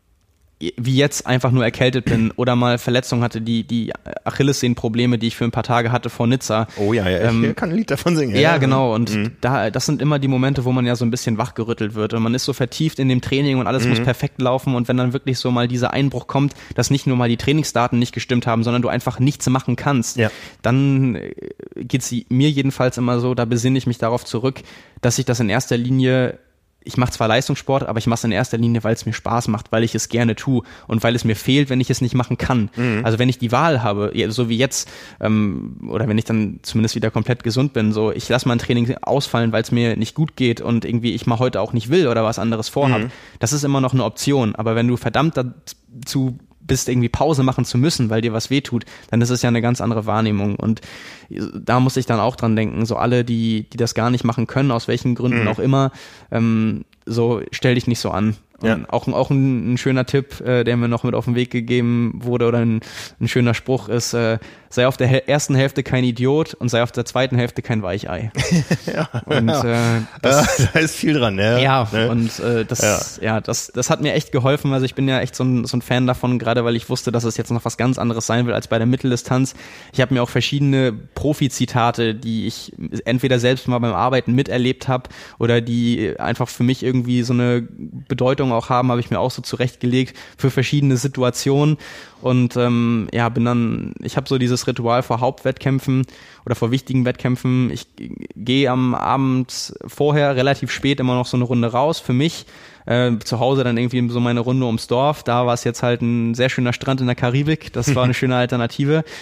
wie jetzt einfach nur erkältet bin oder mal Verletzungen hatte, die die Achillessehnenprobleme, die ich für ein paar Tage hatte vor Nizza. Oh ja, ja ähm, ich kann ein Lied davon singen. Ja, ja. genau. Und mhm. da, das sind immer die Momente, wo man ja so ein bisschen wachgerüttelt wird und man ist so vertieft in dem Training und alles mhm. muss perfekt laufen und wenn dann wirklich so mal dieser Einbruch kommt, dass nicht nur mal die Trainingsdaten nicht gestimmt haben, sondern du einfach nichts machen kannst, ja. dann geht's mir jedenfalls immer so, da besinne ich mich darauf zurück, dass ich das in erster Linie ich mache zwar Leistungssport, aber ich mache es in erster Linie, weil es mir Spaß macht, weil ich es gerne tue und weil es mir fehlt, wenn ich es nicht machen kann. Mhm. Also wenn ich die Wahl habe, so wie jetzt, ähm, oder wenn ich dann zumindest wieder komplett gesund bin, so ich lasse mein Training ausfallen, weil es mir nicht gut geht und irgendwie ich mal heute auch nicht will oder was anderes vorhabe, mhm. das ist immer noch eine Option. Aber wenn du verdammt dazu bist, irgendwie Pause machen zu müssen, weil dir was wehtut, dann ist es ja eine ganz andere Wahrnehmung. Und da muss ich dann auch dran denken, so alle, die die das gar nicht machen können, aus welchen Gründen mhm. auch immer, ähm, so stell dich nicht so an. Ja. Auch, auch ein, ein schöner Tipp, äh, der mir noch mit auf den Weg gegeben wurde oder ein, ein schöner Spruch ist, äh, sei auf der Hel- ersten Hälfte kein Idiot und sei auf der zweiten Hälfte kein Weichei. ja, und, ja. Äh, das, ja, da ist viel dran. Ja, ja ne? und äh, das, ja. ja, das, das hat mir echt geholfen. Also ich bin ja echt so ein, so ein Fan davon, gerade weil ich wusste, dass es jetzt noch was ganz anderes sein will als bei der Mitteldistanz. Ich habe mir auch verschiedene Profi-Zitate, die ich entweder selbst mal beim Arbeiten miterlebt habe oder die einfach für mich irgendwie so eine Bedeutung auch haben, habe ich mir auch so zurechtgelegt für verschiedene Situationen und ähm, ja, bin dann, ich habe so dieses Ritual vor Hauptwettkämpfen oder vor wichtigen Wettkämpfen, ich gehe am Abend vorher relativ spät immer noch so eine Runde raus für mich, äh, zu Hause dann irgendwie so meine Runde ums Dorf, da war es jetzt halt ein sehr schöner Strand in der Karibik, das war eine schöne Alternative.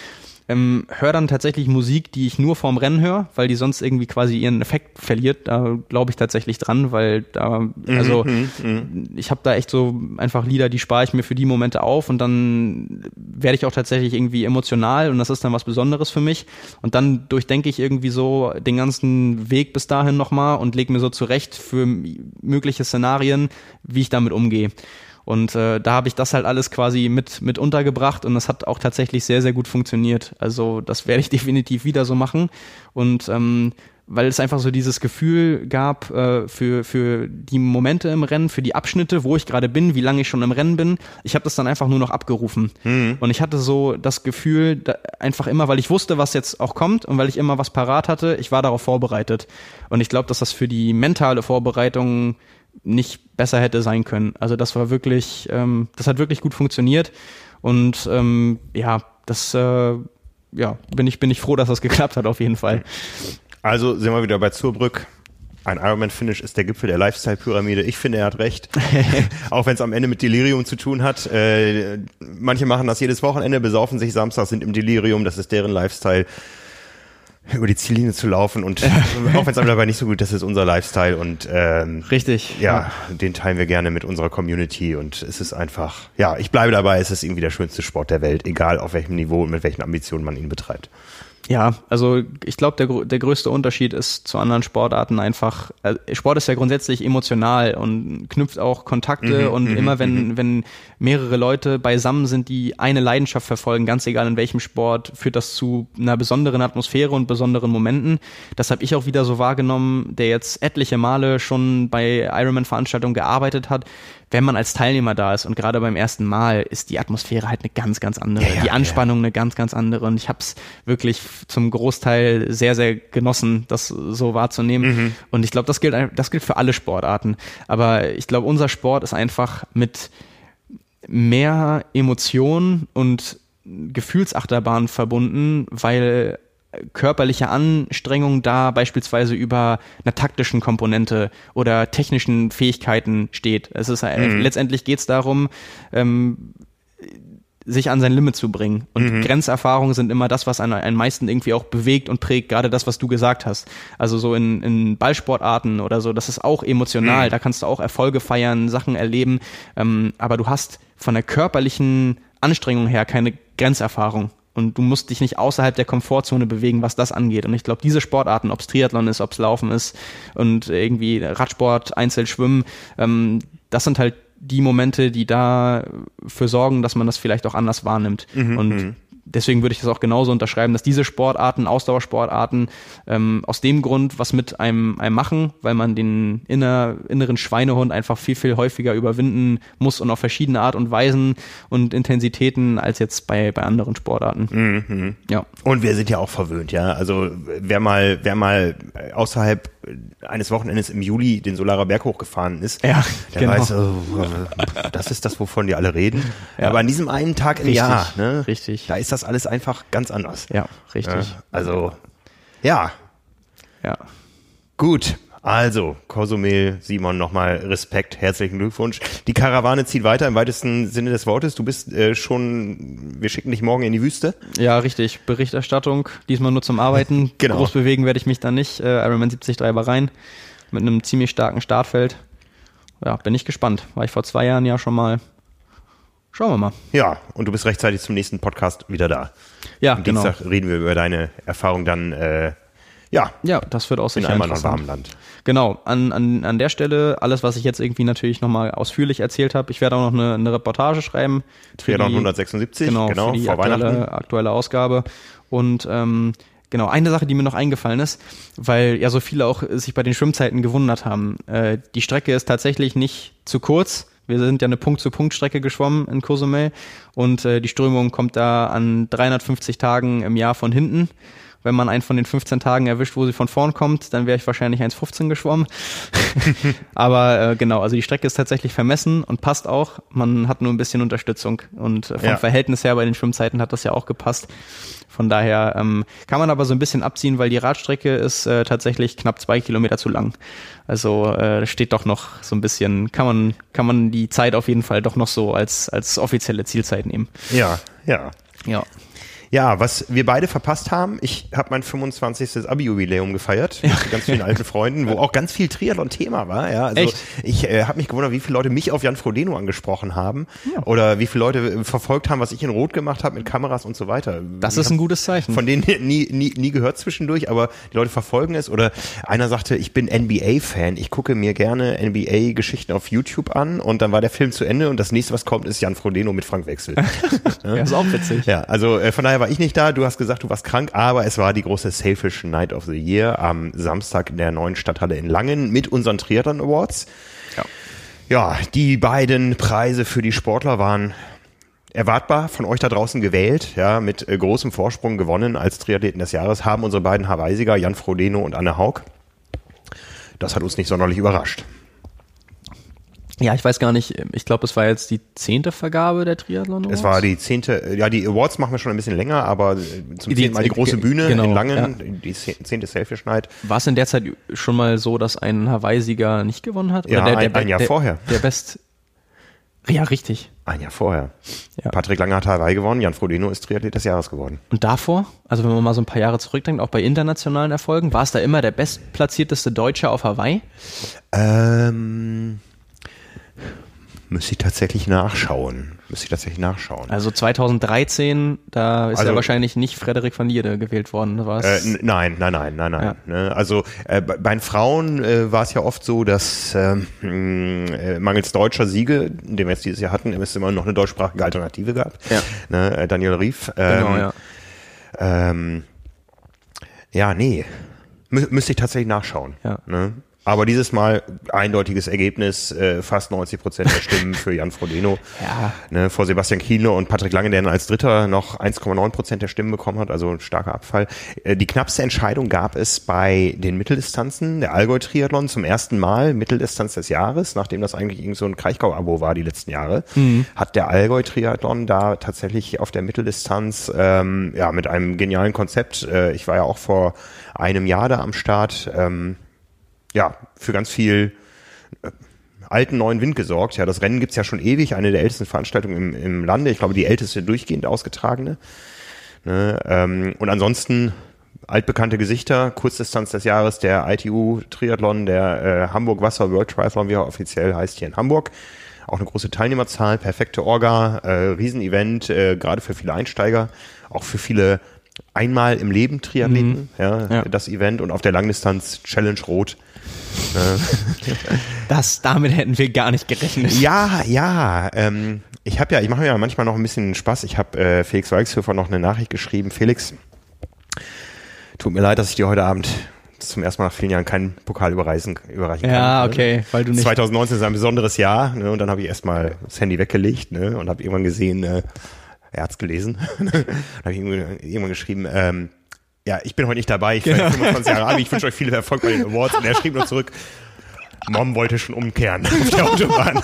ähm, höre dann tatsächlich Musik, die ich nur vorm Rennen höre, weil die sonst irgendwie quasi ihren Effekt verliert. Da glaube ich tatsächlich dran, weil da, also Mhm, mhm. ich habe da echt so einfach Lieder, die spare ich mir für die Momente auf und dann werde ich auch tatsächlich irgendwie emotional und das ist dann was Besonderes für mich. Und dann durchdenke ich irgendwie so den ganzen Weg bis dahin nochmal und lege mir so zurecht für mögliche Szenarien, wie ich damit umgehe. Und äh, da habe ich das halt alles quasi mit, mit untergebracht und das hat auch tatsächlich sehr, sehr gut funktioniert. Also das werde ich definitiv wieder so machen. Und ähm, weil es einfach so dieses Gefühl gab äh, für, für die Momente im Rennen, für die Abschnitte, wo ich gerade bin, wie lange ich schon im Rennen bin. Ich habe das dann einfach nur noch abgerufen. Mhm. Und ich hatte so das Gefühl, da einfach immer, weil ich wusste, was jetzt auch kommt und weil ich immer was parat hatte, ich war darauf vorbereitet. Und ich glaube, dass das für die mentale Vorbereitung nicht besser hätte sein können. Also das war wirklich, ähm, das hat wirklich gut funktioniert und ähm, ja, das äh, ja, bin ich, bin ich froh, dass das geklappt hat auf jeden Fall. Also sind wir wieder bei Zurbrück. Ein Ironman-Finish ist der Gipfel der Lifestyle-Pyramide. Ich finde, er hat recht. Auch wenn es am Ende mit Delirium zu tun hat. Äh, manche machen das jedes Wochenende, besaufen sich Samstag, sind im Delirium. Das ist deren Lifestyle. Über die Ziellinie zu laufen und auch wenn es einem dabei nicht so gut ist, ist unser Lifestyle und ähm, richtig, ja, ja, den teilen wir gerne mit unserer Community und es ist einfach, ja, ich bleibe dabei, es ist irgendwie der schönste Sport der Welt, egal auf welchem Niveau und mit welchen Ambitionen man ihn betreibt. Ja, also ich glaube, der, der größte Unterschied ist zu anderen Sportarten einfach, äh, Sport ist ja grundsätzlich emotional und knüpft auch Kontakte mhm, und m- immer wenn m- wenn mehrere Leute beisammen sind, die eine Leidenschaft verfolgen, ganz egal in welchem Sport, führt das zu einer besonderen Atmosphäre und besonderen Momenten. Das habe ich auch wieder so wahrgenommen, der jetzt etliche Male schon bei Ironman-Veranstaltungen gearbeitet hat. Wenn man als Teilnehmer da ist und gerade beim ersten Mal ist die Atmosphäre halt eine ganz, ganz andere. Ja, ja, die Anspannung ja. eine ganz, ganz andere. Und ich habe es wirklich zum Großteil sehr, sehr genossen, das so wahrzunehmen. Mhm. Und ich glaube, das gilt, das gilt für alle Sportarten. Aber ich glaube, unser Sport ist einfach mit mehr Emotion und Gefühlsachterbahn verbunden, weil körperliche Anstrengung da beispielsweise über einer taktischen Komponente oder technischen Fähigkeiten steht. Es ist mhm. letztendlich geht es darum, ähm, sich an sein Limit zu bringen. Und mhm. Grenzerfahrungen sind immer das, was einen, einen meisten irgendwie auch bewegt und prägt, gerade das, was du gesagt hast. Also so in, in Ballsportarten oder so, das ist auch emotional, mhm. da kannst du auch Erfolge feiern, Sachen erleben, ähm, aber du hast von der körperlichen Anstrengung her keine Grenzerfahrung. Und du musst dich nicht außerhalb der Komfortzone bewegen, was das angeht. Und ich glaube, diese Sportarten, ob es Triathlon ist, ob es Laufen ist und irgendwie Radsport, Einzelschwimmen, ähm, das sind halt die Momente, die dafür sorgen, dass man das vielleicht auch anders wahrnimmt. Mhm, und deswegen würde ich das auch genauso unterschreiben, dass diese Sportarten, Ausdauersportarten, ähm, aus dem Grund was mit einem, einem machen, weil man den inner, inneren Schweinehund einfach viel, viel häufiger überwinden muss und auf verschiedene Art und Weisen und Intensitäten als jetzt bei, bei anderen Sportarten. Mhm. Ja. Und wir sind ja auch verwöhnt, ja. Also wer mal, wer mal außerhalb eines Wochenendes im Juli den Solarer Berg hochgefahren ist, ja, der genau. weiß, oh, das ist das, wovon die alle reden. Ja. Aber an diesem einen Tag im richtig, Jahr, ne, richtig. da ist das alles einfach ganz anders. Ja, richtig. Also, ja. Ja. Gut. Also, Cozumel, Simon, nochmal Respekt, herzlichen Glückwunsch. Die Karawane zieht weiter im weitesten Sinne des Wortes. Du bist äh, schon, wir schicken dich morgen in die Wüste. Ja, richtig. Berichterstattung, diesmal nur zum Arbeiten. Genau. Groß bewegen werde ich mich da nicht. Äh, Ironman siebzig drei Bahrain mit einem ziemlich starken Startfeld. Ja, bin ich gespannt. War ich vor zwei Jahren ja schon mal. Schauen wir mal. Ja, und du bist rechtzeitig zum nächsten Podcast wieder da. Ja, Am genau. Dienstag reden wir über deine Erfahrung dann, äh, ja. Ja, das wird auch sicher in einem interessant. anderen warmen Land. Genau, an, an, an der Stelle, alles, was ich jetzt irgendwie natürlich nochmal ausführlich erzählt habe, ich werde auch noch eine, eine Reportage schreiben. Triathlon hundertsechsundsiebzig, genau, genau, für die vor aktuelle, Weihnachten. aktuelle Ausgabe. Und ähm, genau, eine Sache, die mir noch eingefallen ist, weil ja so viele auch sich bei den Schwimmzeiten gewundert haben. Äh, die Strecke ist tatsächlich nicht zu kurz. Wir sind ja eine Punkt-zu-Punkt-Strecke geschwommen in Cozumel und äh, die Strömung kommt da an dreihundertfünfzig Tagen im Jahr von hinten. Wenn man einen von den fünfzehn Tagen erwischt, wo sie von vorn kommt, dann wäre ich wahrscheinlich eins fünfzehn geschwommen. Aber äh, genau, also die Strecke ist tatsächlich vermessen und passt auch. Man hat nur ein bisschen Unterstützung und äh, vom ja. Verhältnis her bei den Schwimmzeiten hat das ja auch gepasst. Von daher ähm, kann man aber so ein bisschen abziehen, weil die Radstrecke ist äh, tatsächlich knapp zwei Kilometer zu lang. Also äh, steht doch noch so ein bisschen, kann man kann man die Zeit auf jeden Fall doch noch so als als offizielle Zielzeit nehmen. Ja, ja. Ja. Ja, was wir beide verpasst haben, ich habe mein fünfundzwanzigstes Abi-Jubiläum gefeiert ja. mit ganz vielen alten Freunden, wo auch ganz viel Triathlon-Thema war. Ja, also Echt? ich äh, habe mich gewundert, wie viele Leute mich auf Jan Frodeno angesprochen haben ja. oder wie viele Leute äh, verfolgt haben, was ich in Rot gemacht habe mit Kameras und so weiter. Das ist ein gutes Zeichen. Von denen nie, nie, nie gehört zwischendurch, aber die Leute verfolgen es. Oder einer sagte, ich bin N B A-Fan, ich gucke mir gerne N B A-Geschichten auf YouTube an und dann war der Film zu Ende und das nächste, was kommt, ist Jan Frodeno mit Frank Wechsel. ja, ist auch witzig. Ja, also äh, von daher war ich nicht da. Du hast gesagt, du warst krank, aber es war die große Sailfish Night of the Year am Samstag in der neuen Stadthalle in Langen mit unseren Triathlon Awards. Ja. Ja, die beiden Preise für die Sportler waren erwartbar von euch da draußen gewählt, ja, mit äh, großem Vorsprung gewonnen als Triathleten des Jahres haben unsere beiden Hawaii-Sieger Jan Frodeno und Anne Haug. Das hat uns nicht sonderlich überrascht. Ja, ich weiß gar nicht, ich glaube, es war jetzt die zehnte Vergabe der Triathlon Awards. Es war die zehnte, ja, die Awards machen wir schon ein bisschen länger, aber zum zehnten Mal die große Bühne genau, in Langen, ja. die zehnte Sailfish Night. War es in der Zeit schon mal so, dass ein Hawaii-Sieger nicht gewonnen hat? Oder ja, der, ein, der, ein Jahr der, vorher. Der Best, ja, richtig. Ein Jahr vorher. Ja. Patrick Lange hat Hawaii gewonnen, Jan Frodeno ist Triathlet des Jahres geworden. Und davor, also wenn man mal so ein paar Jahre zurückdenkt, auch bei internationalen Erfolgen, war es da immer der bestplatzierteste Deutsche auf Hawaii? Ähm... Müsste ich tatsächlich nachschauen. Müsste ich tatsächlich nachschauen. Also zweitausenddreizehn, da ist also, ja wahrscheinlich nicht Frederik van Lierde gewählt worden. War äh, nein, nein, nein, nein, nein. Ja. Ne? Also äh, bei, bei den Frauen äh, war es ja oft so, dass ähm, äh, mangels deutscher Siege, den wir jetzt dieses Jahr hatten, es immer noch eine deutschsprachige Alternative gab. Ja. Ne? Äh, Daniel Rief. Ähm, genau, ja. Ähm, ja, nee. Mü- müsste ich tatsächlich nachschauen. Ja. Ne? Aber dieses Mal eindeutiges Ergebnis, äh, fast neunzig Prozent der Stimmen für Jan Frodeno. Ja. Ne, vor Sebastian Kienle und Patrick Lange, der dann als Dritter noch eins Komma neun Prozent der Stimmen bekommen hat, also ein starker Abfall. Äh, die knappste Entscheidung gab es bei den Mitteldistanzen, der Allgäu-Triathlon zum ersten Mal, Mitteldistanz des Jahres, nachdem das eigentlich irgend so ein Kraichgau-Abo war die letzten Jahre, mhm. hat der Allgäu-Triathlon da tatsächlich auf der Mitteldistanz ähm, ja mit einem genialen Konzept, äh, ich war ja auch vor einem Jahr da am Start, ähm, ja, für ganz viel äh, alten neuen Wind gesorgt. Ja, das Rennen gibt's ja schon ewig, eine der ältesten Veranstaltungen im, im Lande. Ich glaube, die älteste durchgehend ausgetragene. Ne, ähm, und ansonsten altbekannte Gesichter, Kurzdistanz des Jahres, der I T U-Triathlon, der äh, Hamburg Wasser World Triathlon, wie er offiziell heißt, hier in Hamburg. Auch eine große Teilnehmerzahl, perfekte Orga, äh, Riesenevent, äh, gerade für viele Einsteiger, auch für viele einmal im Leben Triathleten, mhm. ja, ja, das Event und auf der Langdistanz Challenge Rot. Das, damit hätten wir gar nicht gerechnet. Ja, ja. Ähm, ich habe ja, ich mache mir ja manchmal noch ein bisschen Spaß. Ich habe äh, Felix Walkshöfer noch eine Nachricht geschrieben. Felix, tut mir leid, dass ich dir heute Abend zum ersten Mal nach vielen Jahren keinen Pokal überreichen, überreichen kann. Ja, okay, weil du nicht. zwanzig neunzehn ist ein besonderes Jahr, ne, und dann habe ich erstmal das Handy weggelegt, ne, und habe irgendwann gesehen, äh, er hat's gelesen. Dann habe ich irgendwann geschrieben, ähm, ja, ich bin heute nicht dabei, ich bin genau. fünfundzwanzig Jahre alt, ich wünsche euch viel Erfolg bei den Awards. Und er schrieb nur zurück, Mom wollte schon umkehren auf der Autobahn.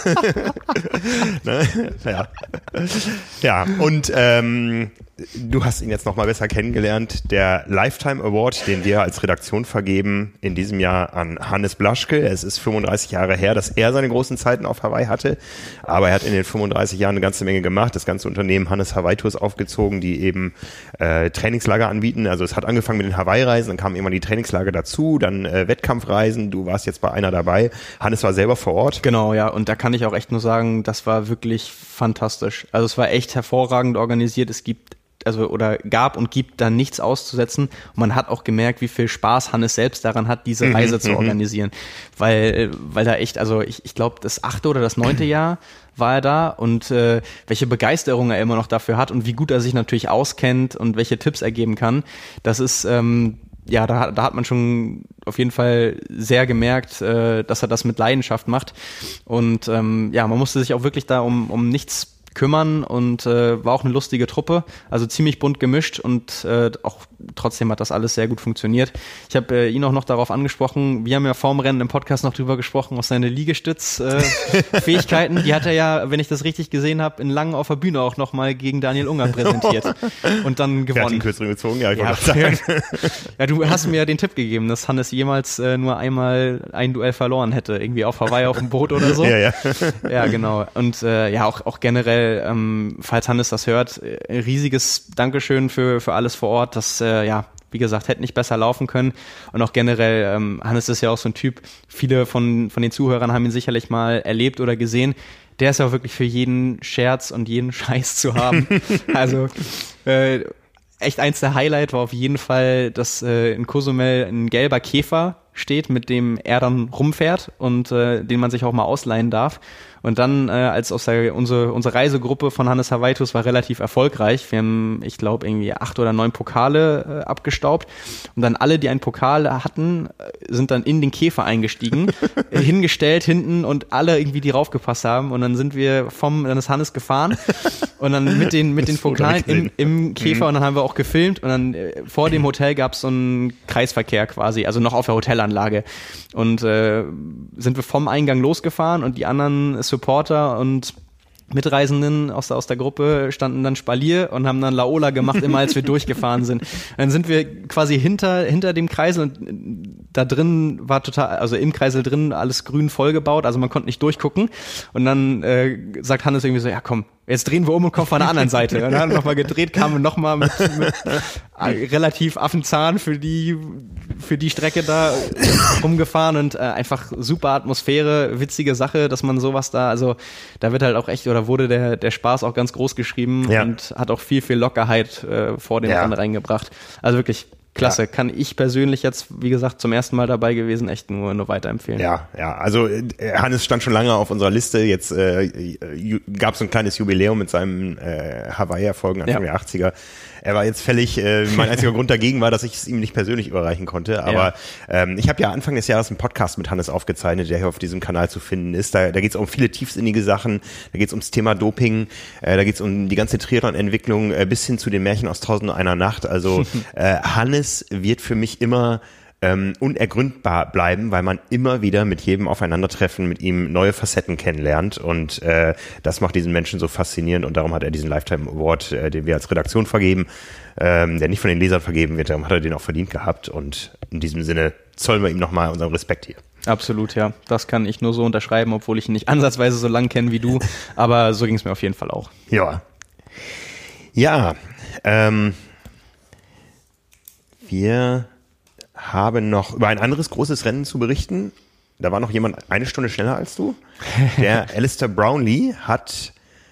Ne? Ja. Ja, und ähm, du hast ihn jetzt noch mal besser kennengelernt. Der Lifetime Award, den wir als Redaktion vergeben, in diesem Jahr an Hannes Blaschke. Es ist fünfunddreißig Jahre her, dass er seine großen Zeiten auf Hawaii hatte. Aber er hat in den fünfunddreißig Jahren eine ganze Menge gemacht. Das ganze Unternehmen Hannes Hawaii Tours aufgezogen, die eben äh, Trainingslager anbieten. Also es hat angefangen mit den Hawaii-Reisen, dann kamen immer die Trainingslager dazu, dann äh, Wettkampfreisen. Du warst jetzt bei einer dabei. Hannes war selber vor Ort. Genau, ja. Und da kann ich auch echt nur sagen, das war wirklich fantastisch. Also es war echt hervorragend organisiert. Es gibt also oder gab und gibt da nichts auszusetzen. Und man hat auch gemerkt, wie viel Spaß Hannes selbst daran hat, diese Reise mhm, zu organisieren. Weil, weil da echt, also ich, ich glaube, das achte oder das neunte Jahr war er da und äh, welche Begeisterung er immer noch dafür hat und wie gut er sich natürlich auskennt und welche Tipps er geben kann. Das ist, ähm, ja, da, da hat man schon auf jeden Fall sehr gemerkt, äh, dass er das mit Leidenschaft macht. Und ähm, ja, man musste sich auch wirklich da um, um nichts kümmern und äh, war auch eine lustige Truppe, also ziemlich bunt gemischt und äh, auch trotzdem hat das alles sehr gut funktioniert. Ich habe äh, ihn auch noch darauf angesprochen, wir haben ja vorm Rennen im Podcast noch drüber gesprochen, auf seine Liegestütz-Fähigkeiten, äh, die hat er ja, wenn ich das richtig gesehen habe, in Langen auf der Bühne auch nochmal gegen Daniel Unger präsentiert und dann gewonnen. Der hat ihn kürzeren gezogen, ja, ich ja, wollte sagen. Ja, du hast mir ja den Tipp gegeben, dass Hannes jemals äh, nur einmal ein Duell verloren hätte, irgendwie auf Hawaii auf dem Boot oder so. Ja, ja. Ja, genau. Und äh, ja, auch, auch generell Fall, ähm, falls Hannes das hört, äh, riesiges Dankeschön für, für alles vor Ort. Das, äh, ja, wie gesagt, hätte nicht besser laufen können. Und auch generell, ähm, Hannes ist ja auch so ein Typ, viele von, von den Zuhörern haben ihn sicherlich mal erlebt oder gesehen. Der ist ja auch wirklich für jeden Scherz und jeden Scheiß zu haben. Also, äh, echt eins der Highlight war auf jeden Fall, dass äh, in Cozumel ein gelber Käfer steht, mit dem er dann rumfährt und äh, den man sich auch mal ausleihen darf. Und dann, äh, als aus der, unsere, unsere Reisegruppe von Hannes Hawaii-Tours war relativ erfolgreich. Wir haben, ich glaube, irgendwie acht oder neun Pokale äh, abgestaubt. Und dann alle, die einen Pokal hatten, sind dann in den Käfer eingestiegen, äh, hingestellt hinten und alle irgendwie, die raufgepasst haben. Und dann sind wir vom, dann ist Hannes gefahren und dann mit den, mit den Pokalen im, im Käfer mhm. und dann haben wir auch gefilmt. Und dann äh, vor dem Hotel gab es so einen Kreisverkehr quasi, also noch auf der Hotelanlage. Und äh, sind wir vom Eingang losgefahren und die anderen Supporter und Mitreisenden aus der, aus der Gruppe standen dann Spalier und haben dann Laola gemacht, immer als wir durchgefahren sind. Dann sind wir quasi hinter, hinter dem Kreisel und da drin war total, also im Kreisel drin alles grün vollgebaut, also man konnte nicht durchgucken. Und dann äh, sagt Hannes irgendwie so, ja komm, jetzt drehen wir um und kommen von der anderen Seite. Und dann haben wir nochmal gedreht, kamen nochmal mit, mit relativ Affenzahn für die, für die Strecke da rumgefahren und äh, einfach super Atmosphäre, witzige Sache, dass man sowas da, also da wird halt auch echt, oder wurde der, der Spaß auch ganz groß geschrieben ja. und hat auch viel, viel Lockerheit äh, vor den ja. Rennen reingebracht. Also wirklich klasse, ja. kann ich persönlich jetzt, wie gesagt, zum ersten Mal dabei gewesen, echt nur, nur weiterempfehlen. Ja, ja, also äh, Hannes stand schon lange auf unserer Liste, jetzt äh, gab es so ein kleines Jubiläum mit seinem äh, Hawaii-Erfolgen Anfang ja. der achtziger. Er war jetzt fällig, äh, mein einziger Grund dagegen war, dass ich es ihm nicht persönlich überreichen konnte, aber ja. ähm, ich habe ja Anfang des Jahres einen Podcast mit Hannes aufgezeichnet, der hier auf diesem Kanal zu finden ist. Da, da geht es um viele tiefsinnige Sachen, da geht es ums Thema Doping, äh, da geht es um die ganze Triathlon-Entwicklung äh, bis hin zu den Märchen aus Tausend und einer Nacht. Also äh, Hannes wird für mich immer ähm, unergründbar bleiben, weil man immer wieder mit jedem Aufeinandertreffen mit ihm neue Facetten kennenlernt und äh, das macht diesen Menschen so faszinierend und darum hat er diesen Lifetime Award, äh, den wir als Redaktion vergeben, ähm, der nicht von den Lesern vergeben wird, darum hat er den auch verdient gehabt und in diesem Sinne zollen wir ihm nochmal unseren Respekt hier. Absolut, ja. Das kann ich nur so unterschreiben, obwohl ich ihn nicht ansatzweise so lang kenne wie du, aber so ging es mir auf jeden Fall auch. Ja. Ja, ähm, wir haben noch über ein anderes großes Rennen zu berichten. Da war noch jemand eine Stunde schneller als du. Der Alistair Brownlee hat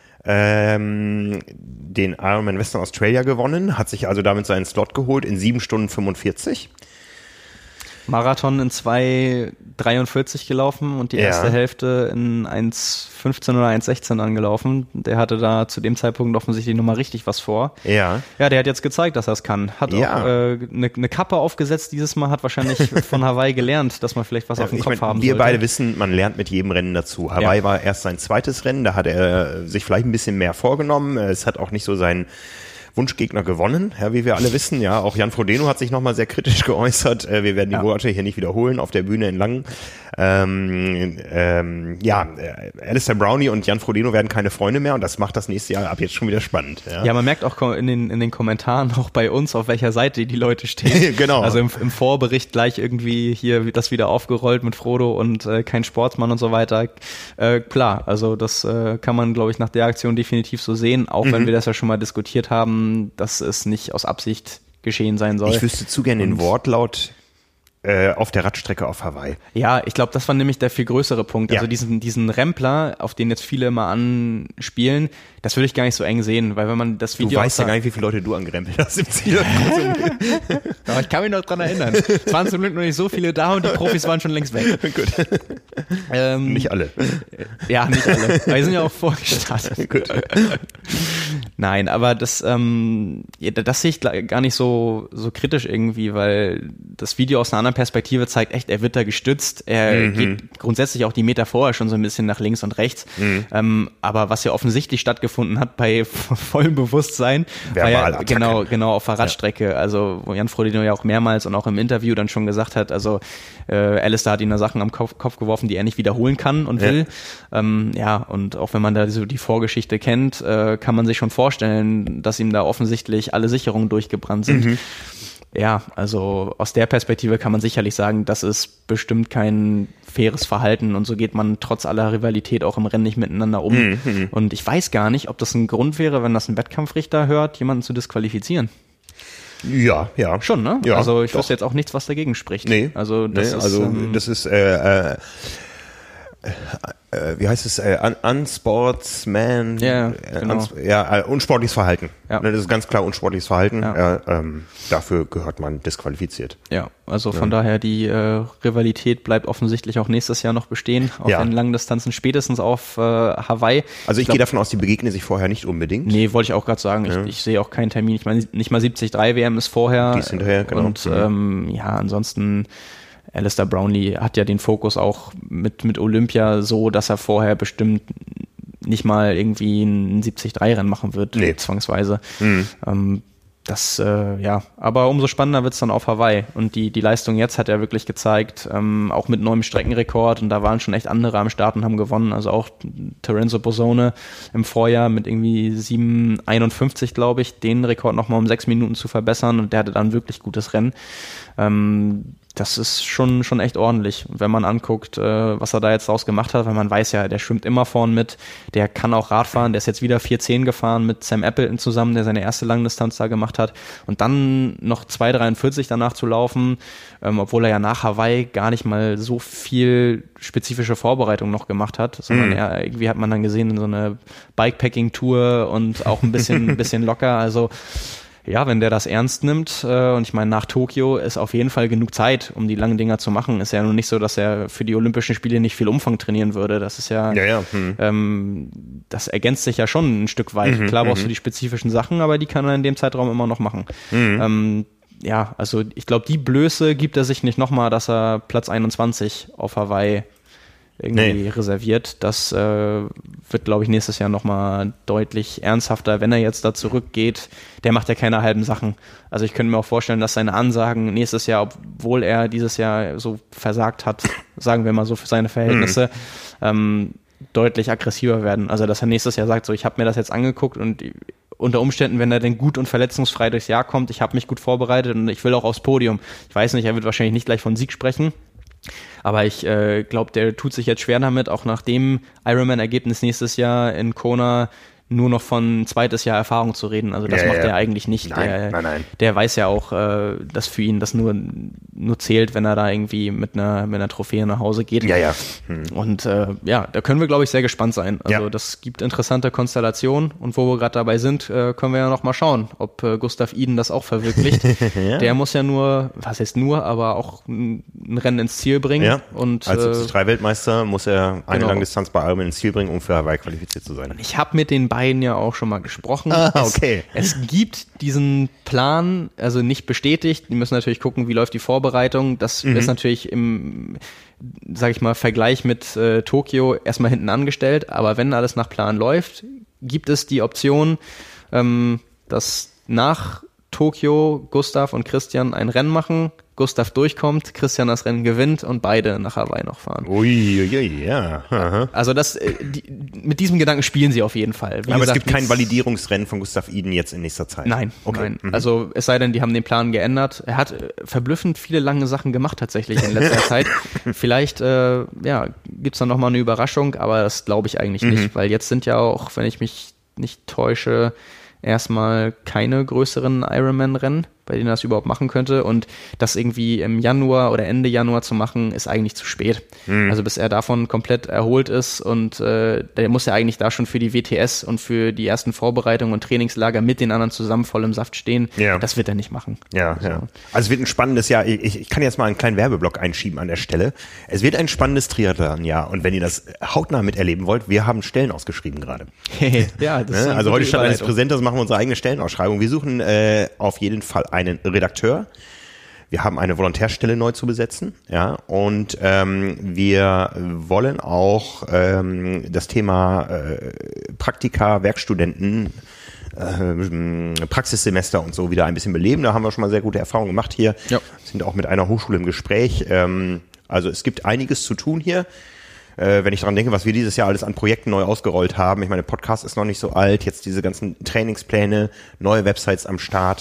ähm, den Ironman Western Australia gewonnen, hat sich also damit seinen Slot geholt in sieben Stunden fünfundvierzig. Marathon in zwei dreiundvierzig gelaufen und die ja. erste Hälfte in eins fünfzehn oder eins sechzehn angelaufen. Der hatte da zu dem Zeitpunkt offensichtlich nochmal richtig was vor. Ja. Ja, der hat jetzt gezeigt, dass er es kann. Hat ja. auch eine äh, ne, ne Kappe aufgesetzt dieses Mal, hat wahrscheinlich von Hawaii gelernt, dass man vielleicht was ja, auf dem Kopf mein, haben wir sollte. Wir beide wissen, man lernt mit jedem Rennen dazu. Hawaii ja. war erst sein zweites Rennen, da hat er sich vielleicht ein bisschen mehr vorgenommen. Es hat auch nicht so sein Wunschgegner gewonnen, ja, wie wir alle wissen. Ja, auch Jan Frodeno hat sich nochmal sehr kritisch geäußert. Äh, wir werden die ja. Worte hier nicht wiederholen auf der Bühne in Langen. Ähm, ähm, ja, Alistair Brownlee und Jan Frodeno werden keine Freunde mehr und das macht das nächste Jahr ab jetzt schon wieder spannend. Ja, ja man merkt auch in den, in den Kommentaren auch bei uns, auf welcher Seite die Leute stehen. Genau. Also im, im Vorbericht gleich irgendwie hier das wieder aufgerollt mit Frodo und äh, kein Sportsmann und so weiter. Äh, klar, also das äh, kann man, glaube ich, nach der Aktion definitiv so sehen, auch mhm. wenn wir das ja schon mal diskutiert haben, dass es nicht aus Absicht geschehen sein soll. Ich wüsste zu gerne den Wortlaut äh, auf der Radstrecke auf Hawaii. Ja, ich glaube, das war nämlich der viel größere Punkt. Ja. Also diesen, diesen Rempler, auf den jetzt viele immer anspielen, das würde ich gar nicht so eng sehen, weil wenn man das Video... Du weißt ja gar nicht, wie viele Leute du angerempelt hast im Ziel. Aber ich kann mich noch dran erinnern. Es waren zum Glück noch nicht so viele da und die Profis waren schon längst weg. Gut. Ähm, nicht alle. Ja, nicht alle. Aber wir sind ja auch vorgestartet. Gut. Nein, aber das, ähm, ja, das sehe ich gar nicht so, so kritisch irgendwie, weil das Video aus einer anderen Perspektive zeigt echt, er wird da gestützt. Er mhm. geht grundsätzlich auch die Meter vorher schon so ein bisschen nach links und rechts. Mhm. Ähm, aber was ja offensichtlich stattgefunden hat bei vollem Bewusstsein, war ja genau, genau auf der Radstrecke. Ja. Also wo Jan Frodeno ja auch mehrmals und auch im Interview dann schon gesagt hat, also äh, Alistair hat ihm da Sachen am Kopf, Kopf geworfen, die er nicht wiederholen kann und will. Ja, ähm, ja und auch wenn man da so die Vorgeschichte kennt, äh, kann man sich schon vorstellen, dass ihm da offensichtlich alle Sicherungen durchgebrannt sind. Mhm. Ja, also aus der Perspektive kann man sicherlich sagen, das ist bestimmt kein faires Verhalten und so geht man trotz aller Rivalität auch im Rennen nicht miteinander um. Mhm. Und ich weiß gar nicht, ob das ein Grund wäre, wenn das ein Wettkampfrichter hört, jemanden zu disqualifizieren. Ja, ja. Schon, ne? Ja, also ich doch. wüsste jetzt auch nichts, was dagegen spricht. Nee, also das nee, ist, also ähm, das ist äh, äh, Äh, wie heißt es, äh, un unsportsman, ja, äh, genau. uns, ja, äh, unsportliches Verhalten. Ja. Das ist ganz klar unsportliches Verhalten. Ja. Äh, ähm, dafür gehört man disqualifiziert. Ja, also von Ja. daher die äh, Rivalität bleibt offensichtlich auch nächstes Jahr noch bestehen, auf Ja. den langen Distanzen, spätestens auf äh, Hawaii. Also ich, ich glaub, gehe davon aus, die begegnen sich vorher nicht unbedingt. Nee, wollte ich auch gerade sagen. Ja. Ich, ich sehe auch keinen Termin. Ich meine, nicht mal siebzig Komma drei W M ist vorher. Die ist hinterher, genau. Und Mhm. ähm, ja, ansonsten Alistair Brownlee hat ja den Fokus auch mit, mit Olympia so, dass er vorher bestimmt nicht mal irgendwie ein siebzig Komma drei Rennen machen wird, Nee. zwangsweise. Mhm. Ähm, das, äh, ja, aber umso spannender wird's dann auf Hawaii. Und die, die Leistung jetzt hat er wirklich gezeigt, ähm, auch mit neuem Streckenrekord. Und da waren schon echt andere am Start und haben gewonnen. Also auch Terenzo Bosone im Vorjahr mit irgendwie sieben Komma einundfünfzig, glaube ich, den Rekord nochmal um sechs Minuten zu verbessern. Und der hatte dann wirklich gutes Rennen. Ähm, das ist schon, schon echt ordentlich. Und wenn man anguckt, äh, was er da jetzt draus gemacht hat, weil man weiß ja, der schwimmt immer vorn mit, der kann auch Radfahren, der ist jetzt wieder vier zehn gefahren mit Sam Appleton zusammen, der seine erste Langdistanz da gemacht hat. Und dann noch zwei dreiundvierzig danach zu laufen, ähm, obwohl er ja nach Hawaii gar nicht mal so viel spezifische Vorbereitung noch gemacht hat, sondern Mhm. er, irgendwie hat man dann gesehen, so eine Bikepacking-Tour und auch ein bisschen, ein bisschen locker, also ja, wenn der das ernst nimmt, äh, und ich meine, nach Tokio ist auf jeden Fall genug Zeit, um die langen Dinger zu machen. Ist ja nun nicht so, dass er für die Olympischen Spiele nicht viel Umfang trainieren würde. Das ist ja, Ja, ja. Hm. ähm, das ergänzt sich ja schon ein Stück weit. Mhm, Klar brauchst mhm. du die spezifischen Sachen, aber die kann er in dem Zeitraum immer noch machen. Mhm. Ähm, ja, also ich glaube, die Blöße gibt er sich nicht nochmal, dass er Platz einundzwanzig auf Hawaii irgendwie Nee. reserviert. Das äh, wird, glaube ich, nächstes Jahr nochmal deutlich ernsthafter, wenn er jetzt da zurückgeht. Der macht ja keine halben Sachen. Also ich könnte mir auch vorstellen, dass seine Ansagen nächstes Jahr, obwohl er dieses Jahr so versagt hat, sagen wir mal so für seine Verhältnisse, mhm. ähm, deutlich aggressiver werden. Also dass er nächstes Jahr sagt, so ich habe mir das jetzt angeguckt und unter Umständen, wenn er denn gut und verletzungsfrei durchs Jahr kommt, ich habe mich gut vorbereitet und ich will auch aufs Podium. Ich weiß nicht, er wird wahrscheinlich nicht gleich von Sieg sprechen. Aber ich äh, glaube, der tut sich jetzt schwer damit, auch nach dem Ironman-Ergebnis nächstes Jahr in Kona nur noch von zweites Jahr Erfahrung zu reden. Also das Ja, macht ja. er eigentlich nicht. Nein, der, nein, nein. der weiß ja auch, äh, dass für ihn das nur, nur zählt, wenn er da irgendwie mit einer, mit einer Trophäe nach Hause geht. Ja, ja. Hm. Und äh, ja, da können wir, glaube ich, sehr gespannt sein. Also Ja. das gibt interessante Konstellationen und wo wir gerade dabei sind, äh, können wir ja noch mal schauen, ob äh, Gustav Iden das auch verwirklicht. Ja. Der muss ja nur, was heißt nur, aber auch ein, ein Rennen ins Ziel bringen. Ja. Und Als äh, siebzig Komma drei Weltmeister muss er eine genau. Langdistanz bei Ironman ins Ziel bringen, um für Hawaii qualifiziert zu sein. ich habe mit den beiden ja auch schon mal gesprochen. Ah, okay. Es, es gibt diesen Plan, also nicht bestätigt. Die müssen natürlich gucken, wie läuft die Vorbereitung. Das Mhm. ist natürlich im, sag ich mal, Vergleich mit äh, Tokio erstmal hinten angestellt. Aber wenn alles nach Plan läuft, gibt es die Option, ähm, dass nach Tokio Gustav und Christian ein Rennen machen, Gustav durchkommt, Christian das Rennen gewinnt und beide nach Hawaii noch fahren. Ui, ui, ui, ja. Aha. Also das, äh, die, mit diesem Gedanken spielen sie auf jeden Fall. Wie Aber gesagt, es gibt kein nichts- Validierungsrennen von Gustav Iden jetzt in nächster Zeit. Nein, Okay. nein. Mhm. Also es sei denn, die haben den Plan geändert. Er hat äh, verblüffend viele lange Sachen gemacht tatsächlich in letzter Zeit. Vielleicht äh, ja, gibt's dann nochmal eine Überraschung, aber das glaube ich eigentlich Mhm. nicht, weil jetzt sind ja auch, wenn ich mich nicht täusche, erstmal keine größeren Ironman-Rennen, bei denen er das überhaupt machen könnte. Und das irgendwie im Januar oder Ende Januar zu machen, ist eigentlich zu spät. Mhm. Also bis er davon komplett erholt ist und äh, der muss ja eigentlich da schon für die W T S und für die ersten Vorbereitungen und Trainingslager mit den anderen zusammen voll im Saft stehen. Ja. Das wird er nicht machen. Ja, ja. Also es wird ein spannendes Jahr. Ich, ich kann jetzt mal einen kleinen Werbeblock einschieben an der Stelle. Es wird ein spannendes Triathlon-Jahr. Und wenn ihr das hautnah miterleben wollt, wir haben Stellen ausgeschrieben gerade. Ja, das ist Ne? eine Also gute heute statt eines Überleitung. Präsenters machen wir unsere eigene Stellenausschreibung. Wir suchen äh, auf jeden Fall einen Redakteur. Wir haben eine Volontärstelle neu zu besetzen, ja, und ähm, wir wollen auch ähm, das Thema äh, Praktika, Werkstudenten, äh, Praxissemester und so wieder ein bisschen beleben. Da haben wir schon mal sehr gute Erfahrungen gemacht hier. Ja. Sind auch mit einer Hochschule im Gespräch. Ähm, also es gibt einiges zu tun hier. Äh, wenn ich daran denke, was wir dieses Jahr alles an Projekten neu ausgerollt haben. Ich meine, Podcast ist noch nicht so alt, jetzt diese ganzen Trainingspläne, neue Websites am Start.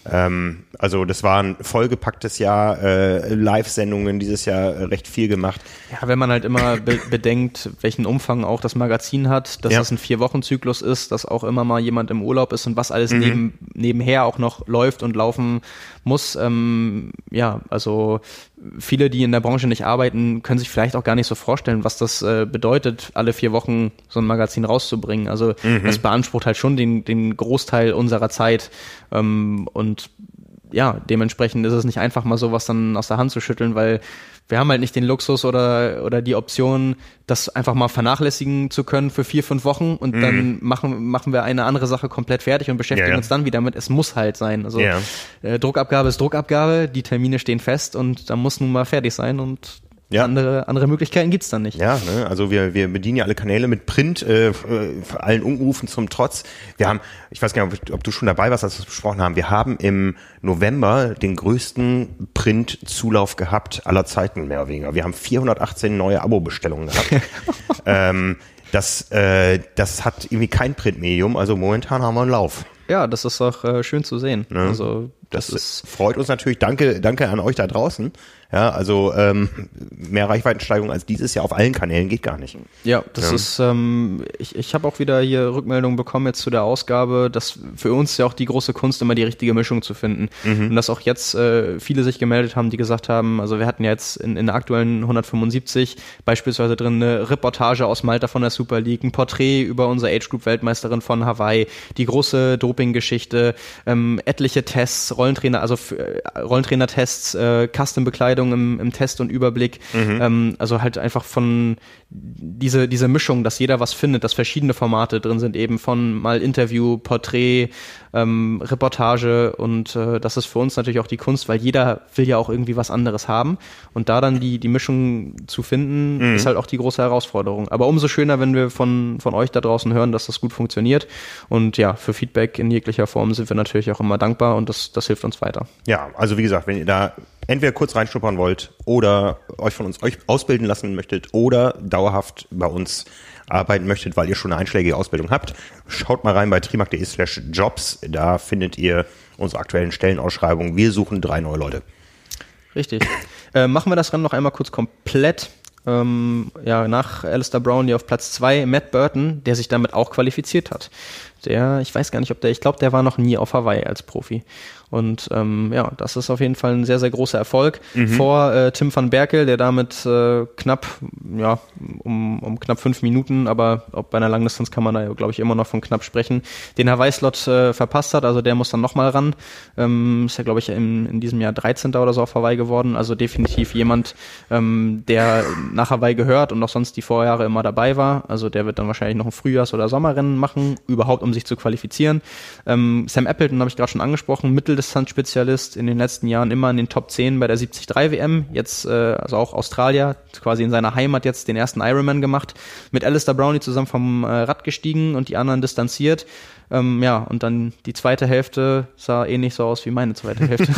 Ähm, also das war ein vollgepacktes Jahr, äh, Live-Sendungen dieses Jahr äh, recht viel gemacht. Ja, wenn man halt immer be- bedenkt, welchen Umfang auch das Magazin hat, dass ja. das ein Vier-Wochen-Zyklus ist, dass auch immer mal jemand im Urlaub ist und was alles mhm. neben, nebenher auch noch läuft und laufen muss. Ähm, ja, also viele, die in der Branche nicht arbeiten, können sich vielleicht auch gar nicht so vorstellen, was das äh, bedeutet, alle vier Wochen so ein Magazin rauszubringen. Also mhm. das beansprucht halt schon den, den Großteil unserer Zeit. Ähm, und ja, dementsprechend ist es nicht einfach mal sowas dann aus der Hand zu schütteln, weil wir haben halt nicht den Luxus oder oder die Option, das einfach mal vernachlässigen zu können für vier, fünf Wochen und mhm. dann machen machen wir eine andere Sache komplett fertig und beschäftigen ja, ja. uns dann wieder mit. Es muss halt sein. Also ja. äh, Druckabgabe ist Druckabgabe, die Termine stehen fest und da muss nun mal fertig sein und Ja. Andere, andere Möglichkeiten gibt's dann nicht. Ja, ne? Also wir, wir bedienen ja alle Kanäle mit Print, äh, allen Unrufen zum Trotz. Wir haben, ich weiß gar nicht, ob du schon dabei warst, als wir es besprochen haben, wir haben im November den größten Print-Zulauf gehabt aller Zeiten, mehr oder weniger. Wir haben vierhundertachtzehn neue Abo-Bestellungen gehabt. ähm, das, äh, das hat irgendwie kein Printmedium, also momentan haben wir einen Lauf. Ja, das ist auch äh, schön zu sehen. Ne? Also das, das ist freut uns natürlich. Danke, danke an euch da draußen. Ja, also ähm, mehr Reichweitensteigerung als dieses Jahr auf allen Kanälen geht gar nicht. Ja, das ja. ist, ähm, ich, ich habe auch wieder hier Rückmeldungen bekommen jetzt zu der Ausgabe, dass für uns ja auch die große Kunst immer die richtige Mischung zu finden. Mhm. Und dass auch jetzt äh, viele sich gemeldet haben, die gesagt haben, also wir hatten ja jetzt in, in der aktuellen hundertfünfundsiebzig beispielsweise drin eine Reportage aus Malta von der Super League, ein Porträt über unsere Age-Group-Weltmeisterin von Hawaii, die große Doping-Geschichte, ähm, etliche Tests, Rollentrainer, also äh, Rollentrainer-Tests, äh, Custom-Bekleidung Im, im Test und Überblick, mhm. ähm, also halt einfach von diese diese Mischung, dass jeder was findet, dass verschiedene Formate drin sind, eben von mal Interview, Porträt, ähm, Reportage und äh, das ist für uns natürlich auch die Kunst, weil jeder will ja auch irgendwie was anderes haben und da dann die die Mischung zu finden, mhm. ist halt auch die große Herausforderung. Aber umso schöner, wenn wir von von euch da draußen hören, dass das gut funktioniert und ja, für Feedback in jeglicher Form sind wir natürlich auch immer dankbar und das das hilft uns weiter. Ja, also wie gesagt, wenn ihr da entweder kurz reinschnuppern wollt oder euch von uns euch ausbilden lassen möchtet oder dauerhaft bei uns arbeiten möchtet, weil ihr schon eine einschlägige Ausbildung habt, schaut mal rein bei trimark.de slash jobs. Da findet ihr unsere aktuellen Stellenausschreibungen. Wir suchen drei neue Leute. Richtig. äh, machen wir das Rennen noch einmal kurz komplett. Ähm, ja, nach Alistair Brownlee auf Platz zwei, Matt Burton, der sich damit auch qualifiziert hat. Der, ich weiß gar nicht, ob der, ich glaube, der war noch nie auf Hawaii als Profi. Und ähm, ja, das ist auf jeden Fall ein sehr, sehr großer Erfolg. Mhm. Vor äh, Tim van Berkel, der damit äh, knapp, ja, um, um knapp fünf Minuten, aber auch bei einer Langdistanz kann man da, glaube ich, immer noch von knapp sprechen, den Hawaii-Slot äh, verpasst hat. Also der muss dann nochmal ran. Ähm, ist ja, glaube ich, in, in diesem Jahr dreizehnter oder so auf Hawaii geworden. Also definitiv jemand, ähm, der nach Hawaii gehört und auch sonst die Vorjahre immer dabei war. Also der wird dann wahrscheinlich noch ein Frühjahrs- oder Sommerrennen machen, überhaupt um sich zu qualifizieren. Ähm, Sam Appleton habe ich gerade schon angesprochen, Mitteldistanzspezialist, in den letzten Jahren immer in den Top zehn bei der siebzig drei W M, jetzt äh, also auch Australier, quasi in seiner Heimat jetzt den ersten Ironman gemacht, mit Alistair Brownlee zusammen vom äh, Rad gestiegen und die anderen distanziert. Ähm, ja, und dann die zweite Hälfte sah ähnlich so aus wie meine zweite Hälfte.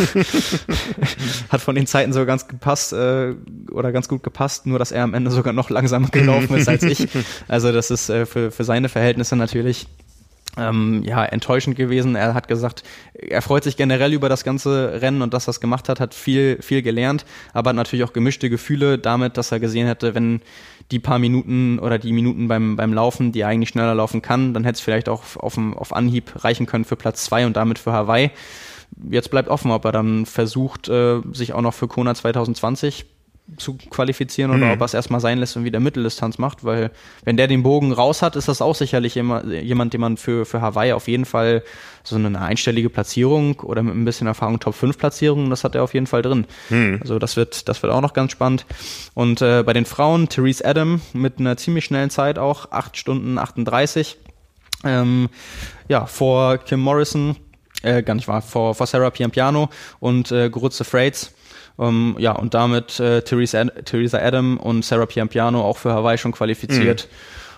Hat von den Zeiten sogar ganz gepasst äh, oder ganz gut gepasst, nur dass er am Ende sogar noch langsamer gelaufen ist als ich. Also das ist äh, für, für seine Verhältnisse natürlich Ähm, ja, enttäuschend gewesen. Er hat gesagt, er freut sich generell über das ganze Rennen und dass er es gemacht hat, hat viel, viel gelernt, aber hat natürlich auch gemischte Gefühle damit, dass er gesehen hätte, wenn die paar Minuten oder die Minuten beim, beim Laufen, die er eigentlich schneller laufen kann, dann hätte es vielleicht auch auf, auf Anhieb reichen können für Platz zwei und damit für Hawaii. Jetzt bleibt offen, ob er dann versucht, äh, sich auch noch für Kona zwanzig zwanzig zu qualifizieren oder mhm. ob er es erstmal sein lässt und wieder Mitteldistanz macht, weil wenn der den Bogen raus hat, ist das auch sicherlich immer jemand, den man für für Hawaii auf jeden Fall so eine einstellige Platzierung oder mit ein bisschen Erfahrung Top fünf Platzierung, das hat er auf jeden Fall drin. Mhm. Also das wird das wird auch noch ganz spannend. Und äh, bei den Frauen, Therese Adam mit einer ziemlich schnellen Zeit auch, acht Stunden achtunddreißig. Ähm, ja, vor Kim Morrison, äh, gar nicht wahr, vor, vor Sarah Piampiano und äh, Gurutze Freites. Um, ja, und damit äh, Theresa, Ad- Theresa Adam und Sarah Piampiano auch für Hawaii schon qualifiziert.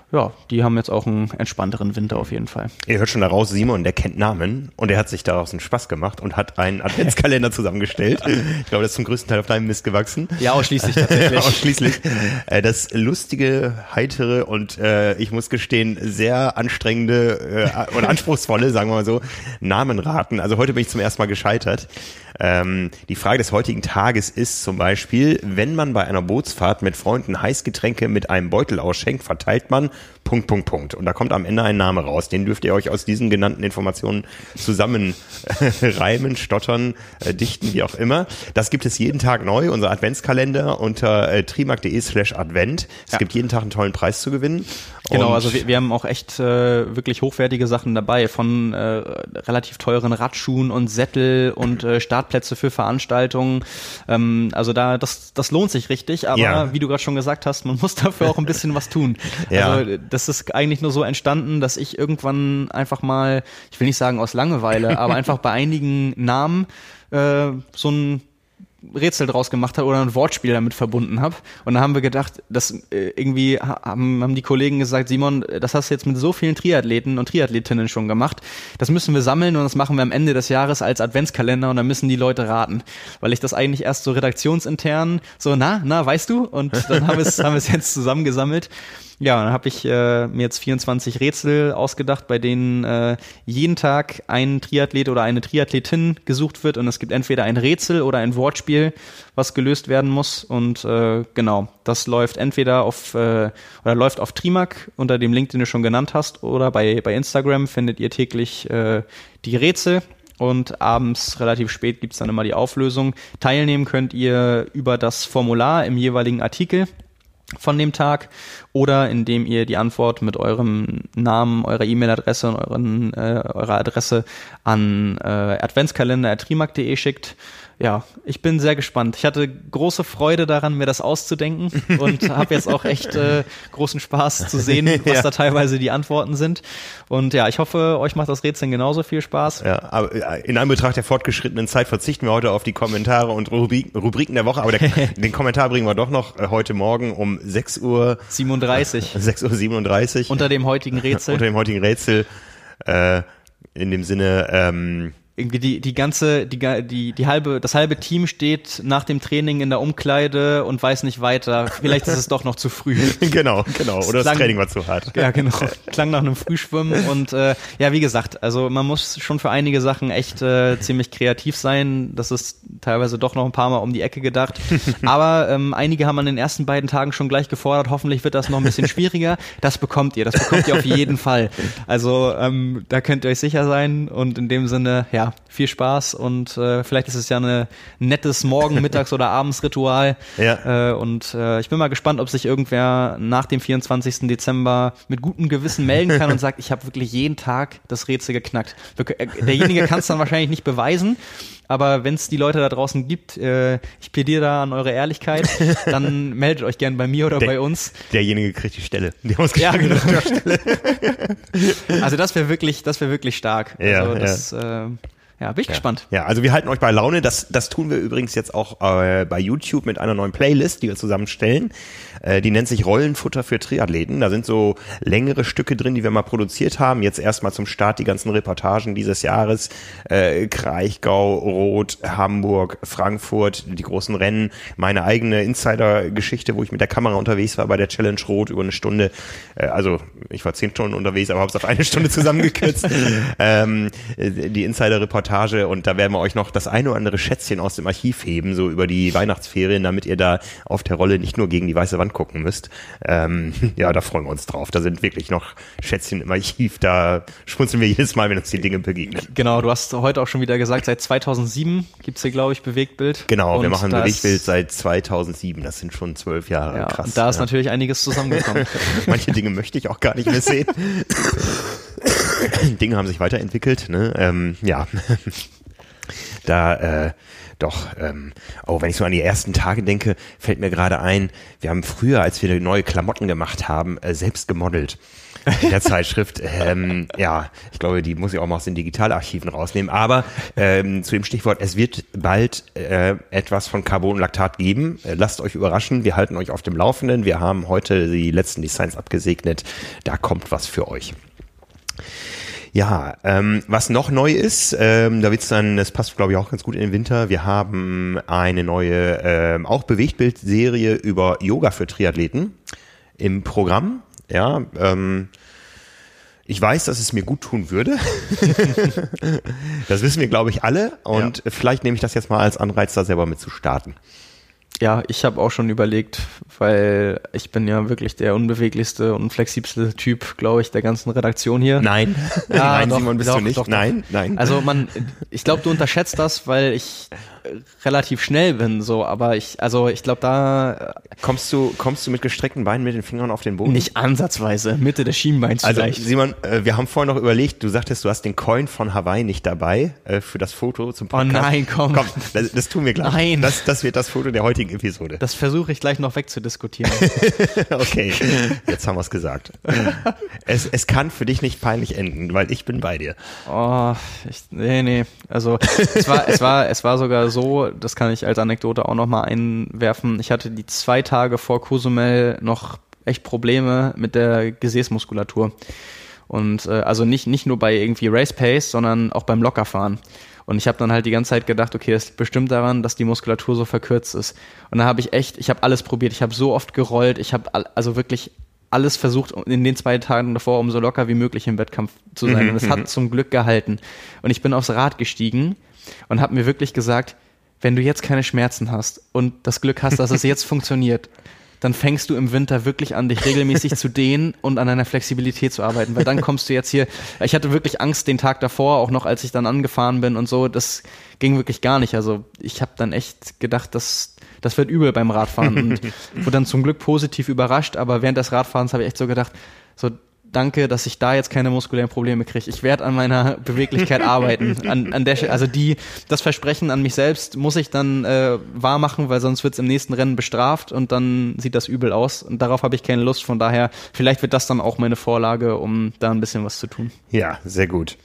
ja, die haben jetzt auch einen entspannteren Winter auf jeden Fall. Ihr hört schon daraus, Simon, der kennt Namen und der hat sich daraus einen Spaß gemacht und hat einen Adventskalender zusammengestellt. Ich glaube, das ist zum größten Teil auf deinem Mist gewachsen. Ja, ausschließlich tatsächlich. ausschließlich. Das lustige, heitere und äh, ich muss gestehen, sehr anstrengende äh, und anspruchsvolle, sagen wir mal so, Namenraten. Also heute bin ich zum ersten Mal gescheitert. Ähm, die Frage des heutigen Tages ist zum Beispiel, wenn man bei einer Bootsfahrt mit Freunden Heißgetränke mit einem Beutel ausschenkt, verteilt man Punkt, Punkt, Punkt. Und da kommt am Ende ein Name raus. Den dürft ihr euch aus diesen genannten Informationen zusammen äh, reimen, stottern, äh, dichten, wie auch immer. Das gibt es jeden Tag neu, unser Adventskalender unter äh, trimark.de slash Advent. Es ja. gibt jeden Tag einen tollen Preis zu gewinnen. Genau, also wir, wir haben auch echt äh, wirklich hochwertige Sachen dabei, von äh, relativ teuren Radschuhen und Sättel und äh, Startplätze für Veranstaltungen. Ähm, also da das das lohnt sich richtig, aber ja. wie du gerade schon gesagt hast, man muss dafür auch ein bisschen was tun. Ja. Also das ist eigentlich nur so entstanden, dass ich irgendwann einfach mal, ich will nicht sagen aus Langeweile, aber einfach bei einigen Namen äh, so ein Rätsel draus gemacht habe oder ein Wortspiel damit verbunden habe. Und da haben wir gedacht, dass äh, irgendwie haben, haben die Kollegen gesagt, Simon, das hast du jetzt mit so vielen Triathleten und Triathletinnen schon gemacht. Das müssen wir sammeln und das machen wir am Ende des Jahres als Adventskalender und dann müssen die Leute raten. Weil ich das eigentlich erst so redaktionsintern so, na, na, weißt du? Und dann haben wir es haben wir es jetzt zusammengesammelt. Ja, dann habe ich äh, mir jetzt vierundzwanzig Rätsel ausgedacht, bei denen äh, jeden Tag ein Triathlet oder eine Triathletin gesucht wird und es gibt entweder ein Rätsel oder ein Wortspiel, was gelöst werden muss und äh, genau, das läuft entweder auf äh, oder läuft auf Trimark unter dem Link, den du schon genannt hast, oder bei bei Instagram findet ihr täglich äh, die Rätsel. Und abends relativ spät gibt's dann immer die Auflösung. Teilnehmen könnt ihr über das Formular im jeweiligen Artikel von dem Tag oder indem ihr die Antwort mit eurem Namen, eurer E-Mail-Adresse und euren, äh, eurer Adresse an äh, adventskalender at trimark punkt de schickt. Ja, ich bin sehr gespannt. Ich hatte große Freude daran, mir das auszudenken und habe jetzt auch echt äh, großen Spaß zu sehen, was ja. da teilweise die Antworten sind. Und ja, ich hoffe, euch macht das Rätseln genauso viel Spaß. Ja, aber in Anbetracht der fortgeschrittenen Zeit verzichten wir heute auf die Kommentare und Rubriken, Rubriken der Woche, aber der, den Kommentar bringen wir doch noch heute Morgen um sechs Uhr siebenunddreißig. sechs Uhr siebenunddreißig. Unter dem heutigen Rätsel. Unter dem heutigen Rätsel. Äh, in dem Sinne, ähm, irgendwie die die ganze die die die halbe das halbe Team steht nach dem Training in der Umkleide und weiß nicht weiter. Vielleicht ist es doch noch zu früh. Genau, genau. Oder das, das Training war zu hart. Ja, genau. Klang nach einem Frühschwimmen und äh, ja, wie gesagt, also man muss schon für einige Sachen echt äh, ziemlich kreativ sein. Das ist teilweise doch noch ein paar Mal um die Ecke gedacht. Aber ähm, einige haben an den ersten beiden Tagen schon gleich gefordert. Hoffentlich wird das noch ein bisschen schwieriger. Das bekommt ihr. Das bekommt ihr auf jeden Fall. Also ähm, da könnt ihr euch sicher sein und in dem Sinne, ja, viel Spaß und äh, vielleicht ist es ja ein nettes Morgen-, Mittags- oder Abendsritual. Ja. Äh, und äh, ich bin mal gespannt, ob sich irgendwer nach dem vierundzwanzigsten Dezember mit gutem Gewissen melden kann und sagt, ich habe wirklich jeden Tag das Rätsel geknackt. Derjenige kann es dann wahrscheinlich nicht beweisen, aber wenn es die Leute da draußen gibt, äh, ich plädiere da an eure Ehrlichkeit, dann meldet euch gern bei mir oder Der, bei uns. Derjenige kriegt die Stelle. Die ja, genau. Stelle. Also das wäre wirklich, das wäre wirklich stark. Ja, also das, ja. Äh, Ja, bin ich ja. gespannt. Ja, also wir halten euch bei Laune. Das, das tun wir übrigens jetzt auch äh, bei YouTube mit einer neuen Playlist, die wir zusammenstellen. Äh, die nennt sich Rollenfutter für Triathleten. Da sind so längere Stücke drin, die wir mal produziert haben. Jetzt erstmal zum Start die ganzen Reportagen dieses Jahres. Äh, Kraichgau, Roth, Hamburg, Frankfurt, die großen Rennen. Meine eigene Insider-Geschichte, wo ich mit der Kamera unterwegs war bei der Challenge Roth über eine Stunde. Äh, also ich war zehn Stunden unterwegs, aber habe es auf eine Stunde zusammengekürzt. ähm, die Insider-Reportage. Und da werden wir euch noch das eine oder andere Schätzchen aus dem Archiv heben, so über die Weihnachtsferien, damit ihr da auf der Rolle nicht nur gegen die weiße Wand gucken müsst. Ähm, ja, da freuen wir uns drauf. Da sind wirklich noch Schätzchen im Archiv. Da schmunzeln wir jedes Mal, wenn uns die Dinge begegnen. Genau, du hast heute auch schon wieder gesagt, seit zweitausendsieben gibt's hier, glaube ich, Bewegtbild. Genau, und wir machen Bewegtbild seit zweitausendsieben. Das sind schon zwölf Jahre. Ja, krass. Und da ist ja. natürlich einiges zusammengekommen. Manche Dinge möchte ich auch gar nicht mehr sehen. Dinge haben sich weiterentwickelt, ne? Ähm, ja. Da, äh, doch, ähm, oh, wenn ich so an die ersten Tage denke, fällt mir gerade ein, wir haben früher, als wir neue Klamotten gemacht haben, äh, selbst gemodelt. In der Zeitschrift, ähm, ja, ich glaube, die muss ich auch mal aus den Digitalarchiven rausnehmen, aber ähm, zu dem Stichwort, es wird bald äh, etwas von Carbonlactat geben, äh, lasst euch überraschen, wir halten euch auf dem Laufenden, wir haben heute die letzten Designs abgesegnet, da kommt was für euch. Ja, ähm, was noch neu ist, ähm, da wird's dann, das passt glaube ich auch ganz gut in den Winter, wir haben eine neue, ähm, auch Bewegtbildserie über Yoga für Triathleten im Programm. Ja, ähm, ich weiß, dass es mir gut tun würde. Das wissen wir, glaube ich, alle. Und ja. Vielleicht nehme ich das jetzt mal als Anreiz, da selber mit zu starten. Ja, ich habe auch schon überlegt, weil ich bin ja wirklich der unbeweglichste und flexibelste Typ, glaube ich, der ganzen Redaktion hier. Nein, ja, nein, doch, Simon, bist doch, du nicht. Doch, doch. Nein, nein. Also man, ich glaube, du unterschätzt das, weil ich relativ schnell bin, so, aber ich, also ich glaube, da kommst du, kommst du mit gestreckten Beinen mit den Fingern auf den Boden? Nicht ansatzweise, Mitte des Schienbeins also, vielleicht. Simon, äh, wir haben vorhin noch überlegt, du sagtest, du hast den Coin von Hawaii nicht dabei äh, für das Foto zum Podcast. Oh nein, komm. Komm, das, das tun wir gleich. Nein. Das, das wird das Foto der heutigen Episode. Das versuche ich gleich noch wegzudiskutieren. Okay, jetzt haben wir es gesagt. Es, es kann für dich nicht peinlich enden, weil ich bin bei dir. Oh, ich, nee, nee. Also es war, es war, es war sogar so, das kann ich als Anekdote auch nochmal einwerfen. Ich hatte die zwei Tage vor Cozumel noch echt Probleme mit der Gesäßmuskulatur. Und äh, also nicht, nicht nur bei irgendwie Race Pace, sondern auch beim Lockerfahren. Und ich habe dann halt die ganze Zeit gedacht, okay, das liegt bestimmt daran, dass die Muskulatur so verkürzt ist. Und da habe ich echt, ich habe alles probiert. Ich habe so oft gerollt. Ich habe also wirklich alles versucht in den zwei Tagen davor, um so locker wie möglich im Wettkampf zu sein. Und es hat zum Glück gehalten. Und ich bin aufs Rad gestiegen und habe mir wirklich gesagt, wenn du jetzt keine Schmerzen hast und das Glück hast, dass es jetzt funktioniert, dann fängst du im Winter wirklich an, dich regelmäßig zu dehnen und an deiner Flexibilität zu arbeiten, weil dann kommst du jetzt hier, ich hatte wirklich Angst den Tag davor, auch noch als ich dann angefahren bin und so, das ging wirklich gar nicht, also ich habe dann echt gedacht, das, das wird übel beim Radfahren und wurde dann zum Glück positiv überrascht, aber während des Radfahrens habe ich echt so gedacht, so danke, dass ich da jetzt keine muskulären Probleme kriege. Ich werde an meiner Beweglichkeit arbeiten. An, an der, also die, das Versprechen an mich selbst muss ich dann äh, wahr machen, weil sonst wird es im nächsten Rennen bestraft und dann sieht das übel aus. Und darauf habe ich keine Lust. Von daher, vielleicht wird das dann auch meine Vorlage, um da ein bisschen was zu tun. Ja, sehr gut.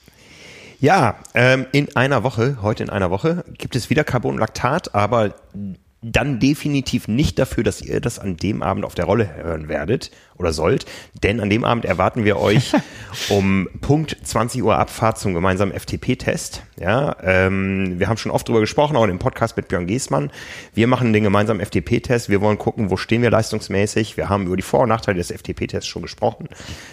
Ja, ähm, in einer Woche, heute in einer Woche, gibt es wieder Carbonlactat, aber dann definitiv nicht dafür, dass ihr das an dem Abend auf der Rolle hören werdet oder sollt, denn an dem Abend erwarten wir euch um Punkt zwanzig Uhr Abfahrt zum gemeinsamen F T P-Test. Ja, ähm, wir haben schon oft drüber gesprochen, auch im Podcast mit Björn Giesmann. Wir machen den gemeinsamen F T P-Test. Wir wollen gucken, wo stehen wir leistungsmäßig. Wir haben über die Vor- und Nachteile des F T P-Tests schon gesprochen.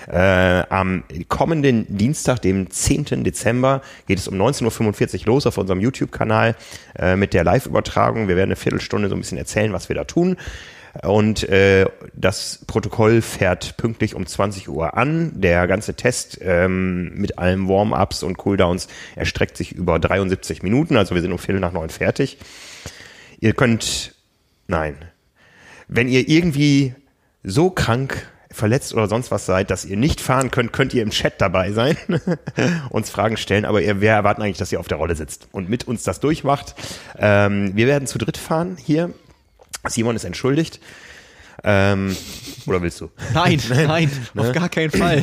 Äh, am kommenden Dienstag, dem zehnten Dezember, geht es um neunzehn Uhr fünfundvierzig los auf unserem YouTube-Kanal äh, mit der Live-Übertragung. Wir werden eine Viertelstunde so ein bisschen erzählen, was wir da tun. Und äh, das Protokoll fährt pünktlich um zwanzig Uhr an. Der ganze Test ähm, mit allen Warm-ups und Cooldowns erstreckt sich über dreiundsiebzig Minuten. Also wir sind um Viertel nach neun fertig. Ihr könnt, nein, wenn ihr irgendwie so krank, verletzt oder sonst was seid, dass ihr nicht fahren könnt, könnt ihr im Chat dabei sein, uns Fragen stellen, aber wir erwarten eigentlich, dass ihr auf der Rolle sitzt und mit uns das durchmacht. Ähm, wir werden zu dritt fahren hier. Simon ist entschuldigt. Ähm, oder willst du? Nein, nein, auf gar keinen Fall.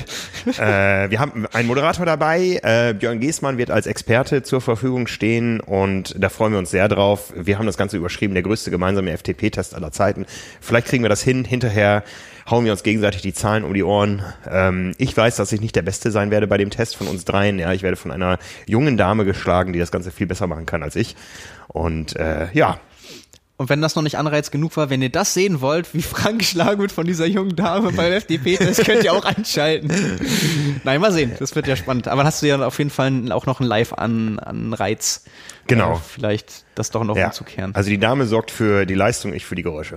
Äh, wir haben einen Moderator dabei. Äh, Björn Giesmann wird als Experte zur Verfügung stehen und da freuen wir uns sehr drauf. Wir haben das Ganze überschrieben, der größte gemeinsame F T P-Test aller Zeiten. Vielleicht kriegen wir das hin. Hinterher hauen wir uns gegenseitig die Zahlen um die Ohren. Ähm, ich weiß, dass ich nicht der Beste sein werde bei dem Test von uns dreien. Ja, ich werde von einer jungen Dame geschlagen, die das Ganze viel besser machen kann als ich. Und äh, ja, und wenn das noch nicht Anreiz genug war, wenn ihr das sehen wollt, wie Frank geschlagen wird von dieser jungen Dame beim F T P-Test, könnt ihr auch einschalten. Nein, mal sehen, das wird ja spannend. Aber hast du ja auf jeden Fall auch noch einen Live-Anreiz. Genau. Äh, vielleicht das doch noch ja. umzukehren. Also die Dame sorgt für die Leistung, ich für die Geräusche.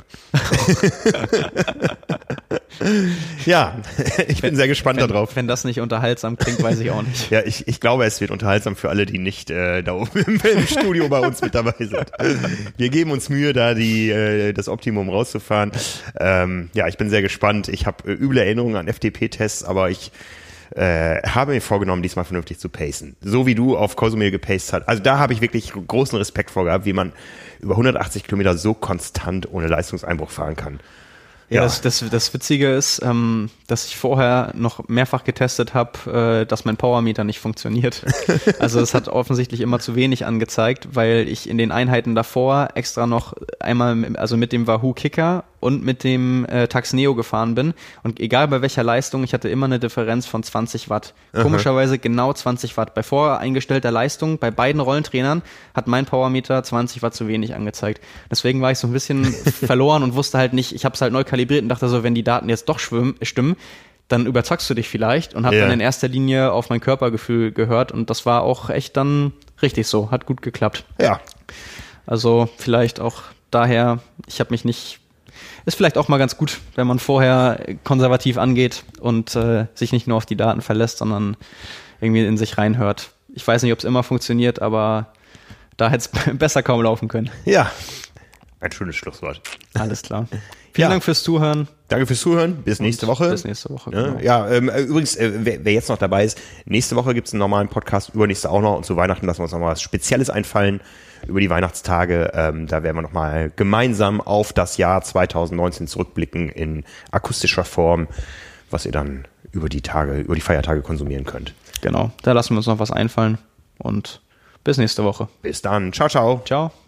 Ja, ich bin sehr gespannt wenn, darauf. Wenn das nicht unterhaltsam klingt, weiß ich auch nicht. Ja, ich, ich glaube, es wird unterhaltsam für alle, die nicht äh, da oben im, im Studio bei uns mit dabei sind. Wir geben uns Mühe, da die äh, das Optimum rauszufahren. Ähm, ja, ich bin sehr gespannt. Ich habe äh, üble Erinnerungen an F T P-Tests, aber ich äh, habe mir vorgenommen, diesmal vernünftig zu pacen. So wie du auf Cozumel gepaced hast. Also da habe ich wirklich großen Respekt vor gehabt, wie man über hundertachtzig Kilometer so konstant ohne Leistungseinbruch fahren kann. Ja, ja. Das, das, das Witzige ist, ähm, dass ich vorher noch mehrfach getestet habe, äh, dass mein Powermeter nicht funktioniert. Also es hat offensichtlich immer zu wenig angezeigt, weil ich in den Einheiten davor extra noch einmal, also mit dem Wahoo Kicker und mit dem äh, Tax Neo gefahren bin. Und egal bei welcher Leistung, ich hatte immer eine Differenz von zwanzig Watt. Aha. Komischerweise genau zwanzig Watt. Bei voreingestellter Leistung, bei beiden Rollentrainern, hat mein Powermeter zwanzig Watt zu wenig angezeigt. Deswegen war ich so ein bisschen verloren und wusste halt nicht, ich habe es halt neu kalibriert und dachte so, wenn die Daten jetzt doch schwimmen, stimmen, dann überzeugst du dich vielleicht und habe yeah. dann in erster Linie auf mein Körpergefühl gehört und das war auch echt dann richtig so, hat gut geklappt. Ja. Also vielleicht auch daher, ich habe mich nicht, ist vielleicht auch mal ganz gut, wenn man vorher konservativ angeht und äh, sich nicht nur auf die Daten verlässt, sondern irgendwie in sich reinhört. Ich weiß nicht, ob es immer funktioniert, aber da hätte es besser kaum laufen können. Ja, ein schönes Schlusswort. Alles klar. Vielen ja. Dank fürs Zuhören. Danke fürs Zuhören. Bis nächste Woche. Bis nächste Woche. Ja, genau. ja ähm, übrigens, äh, wer, wer jetzt noch dabei ist, nächste Woche gibt es einen normalen Podcast, übernächste auch noch und zu Weihnachten lassen wir uns noch mal was Spezielles einfallen über die Weihnachtstage. Ähm, da werden wir noch mal gemeinsam auf das Jahr zwanzig neunzehn zurückblicken in akustischer Form, was ihr dann über die Tage, über die Feiertage konsumieren könnt. Genau, da lassen wir uns noch was einfallen und bis nächste Woche. Bis dann. Ciao, ciao. Ciao.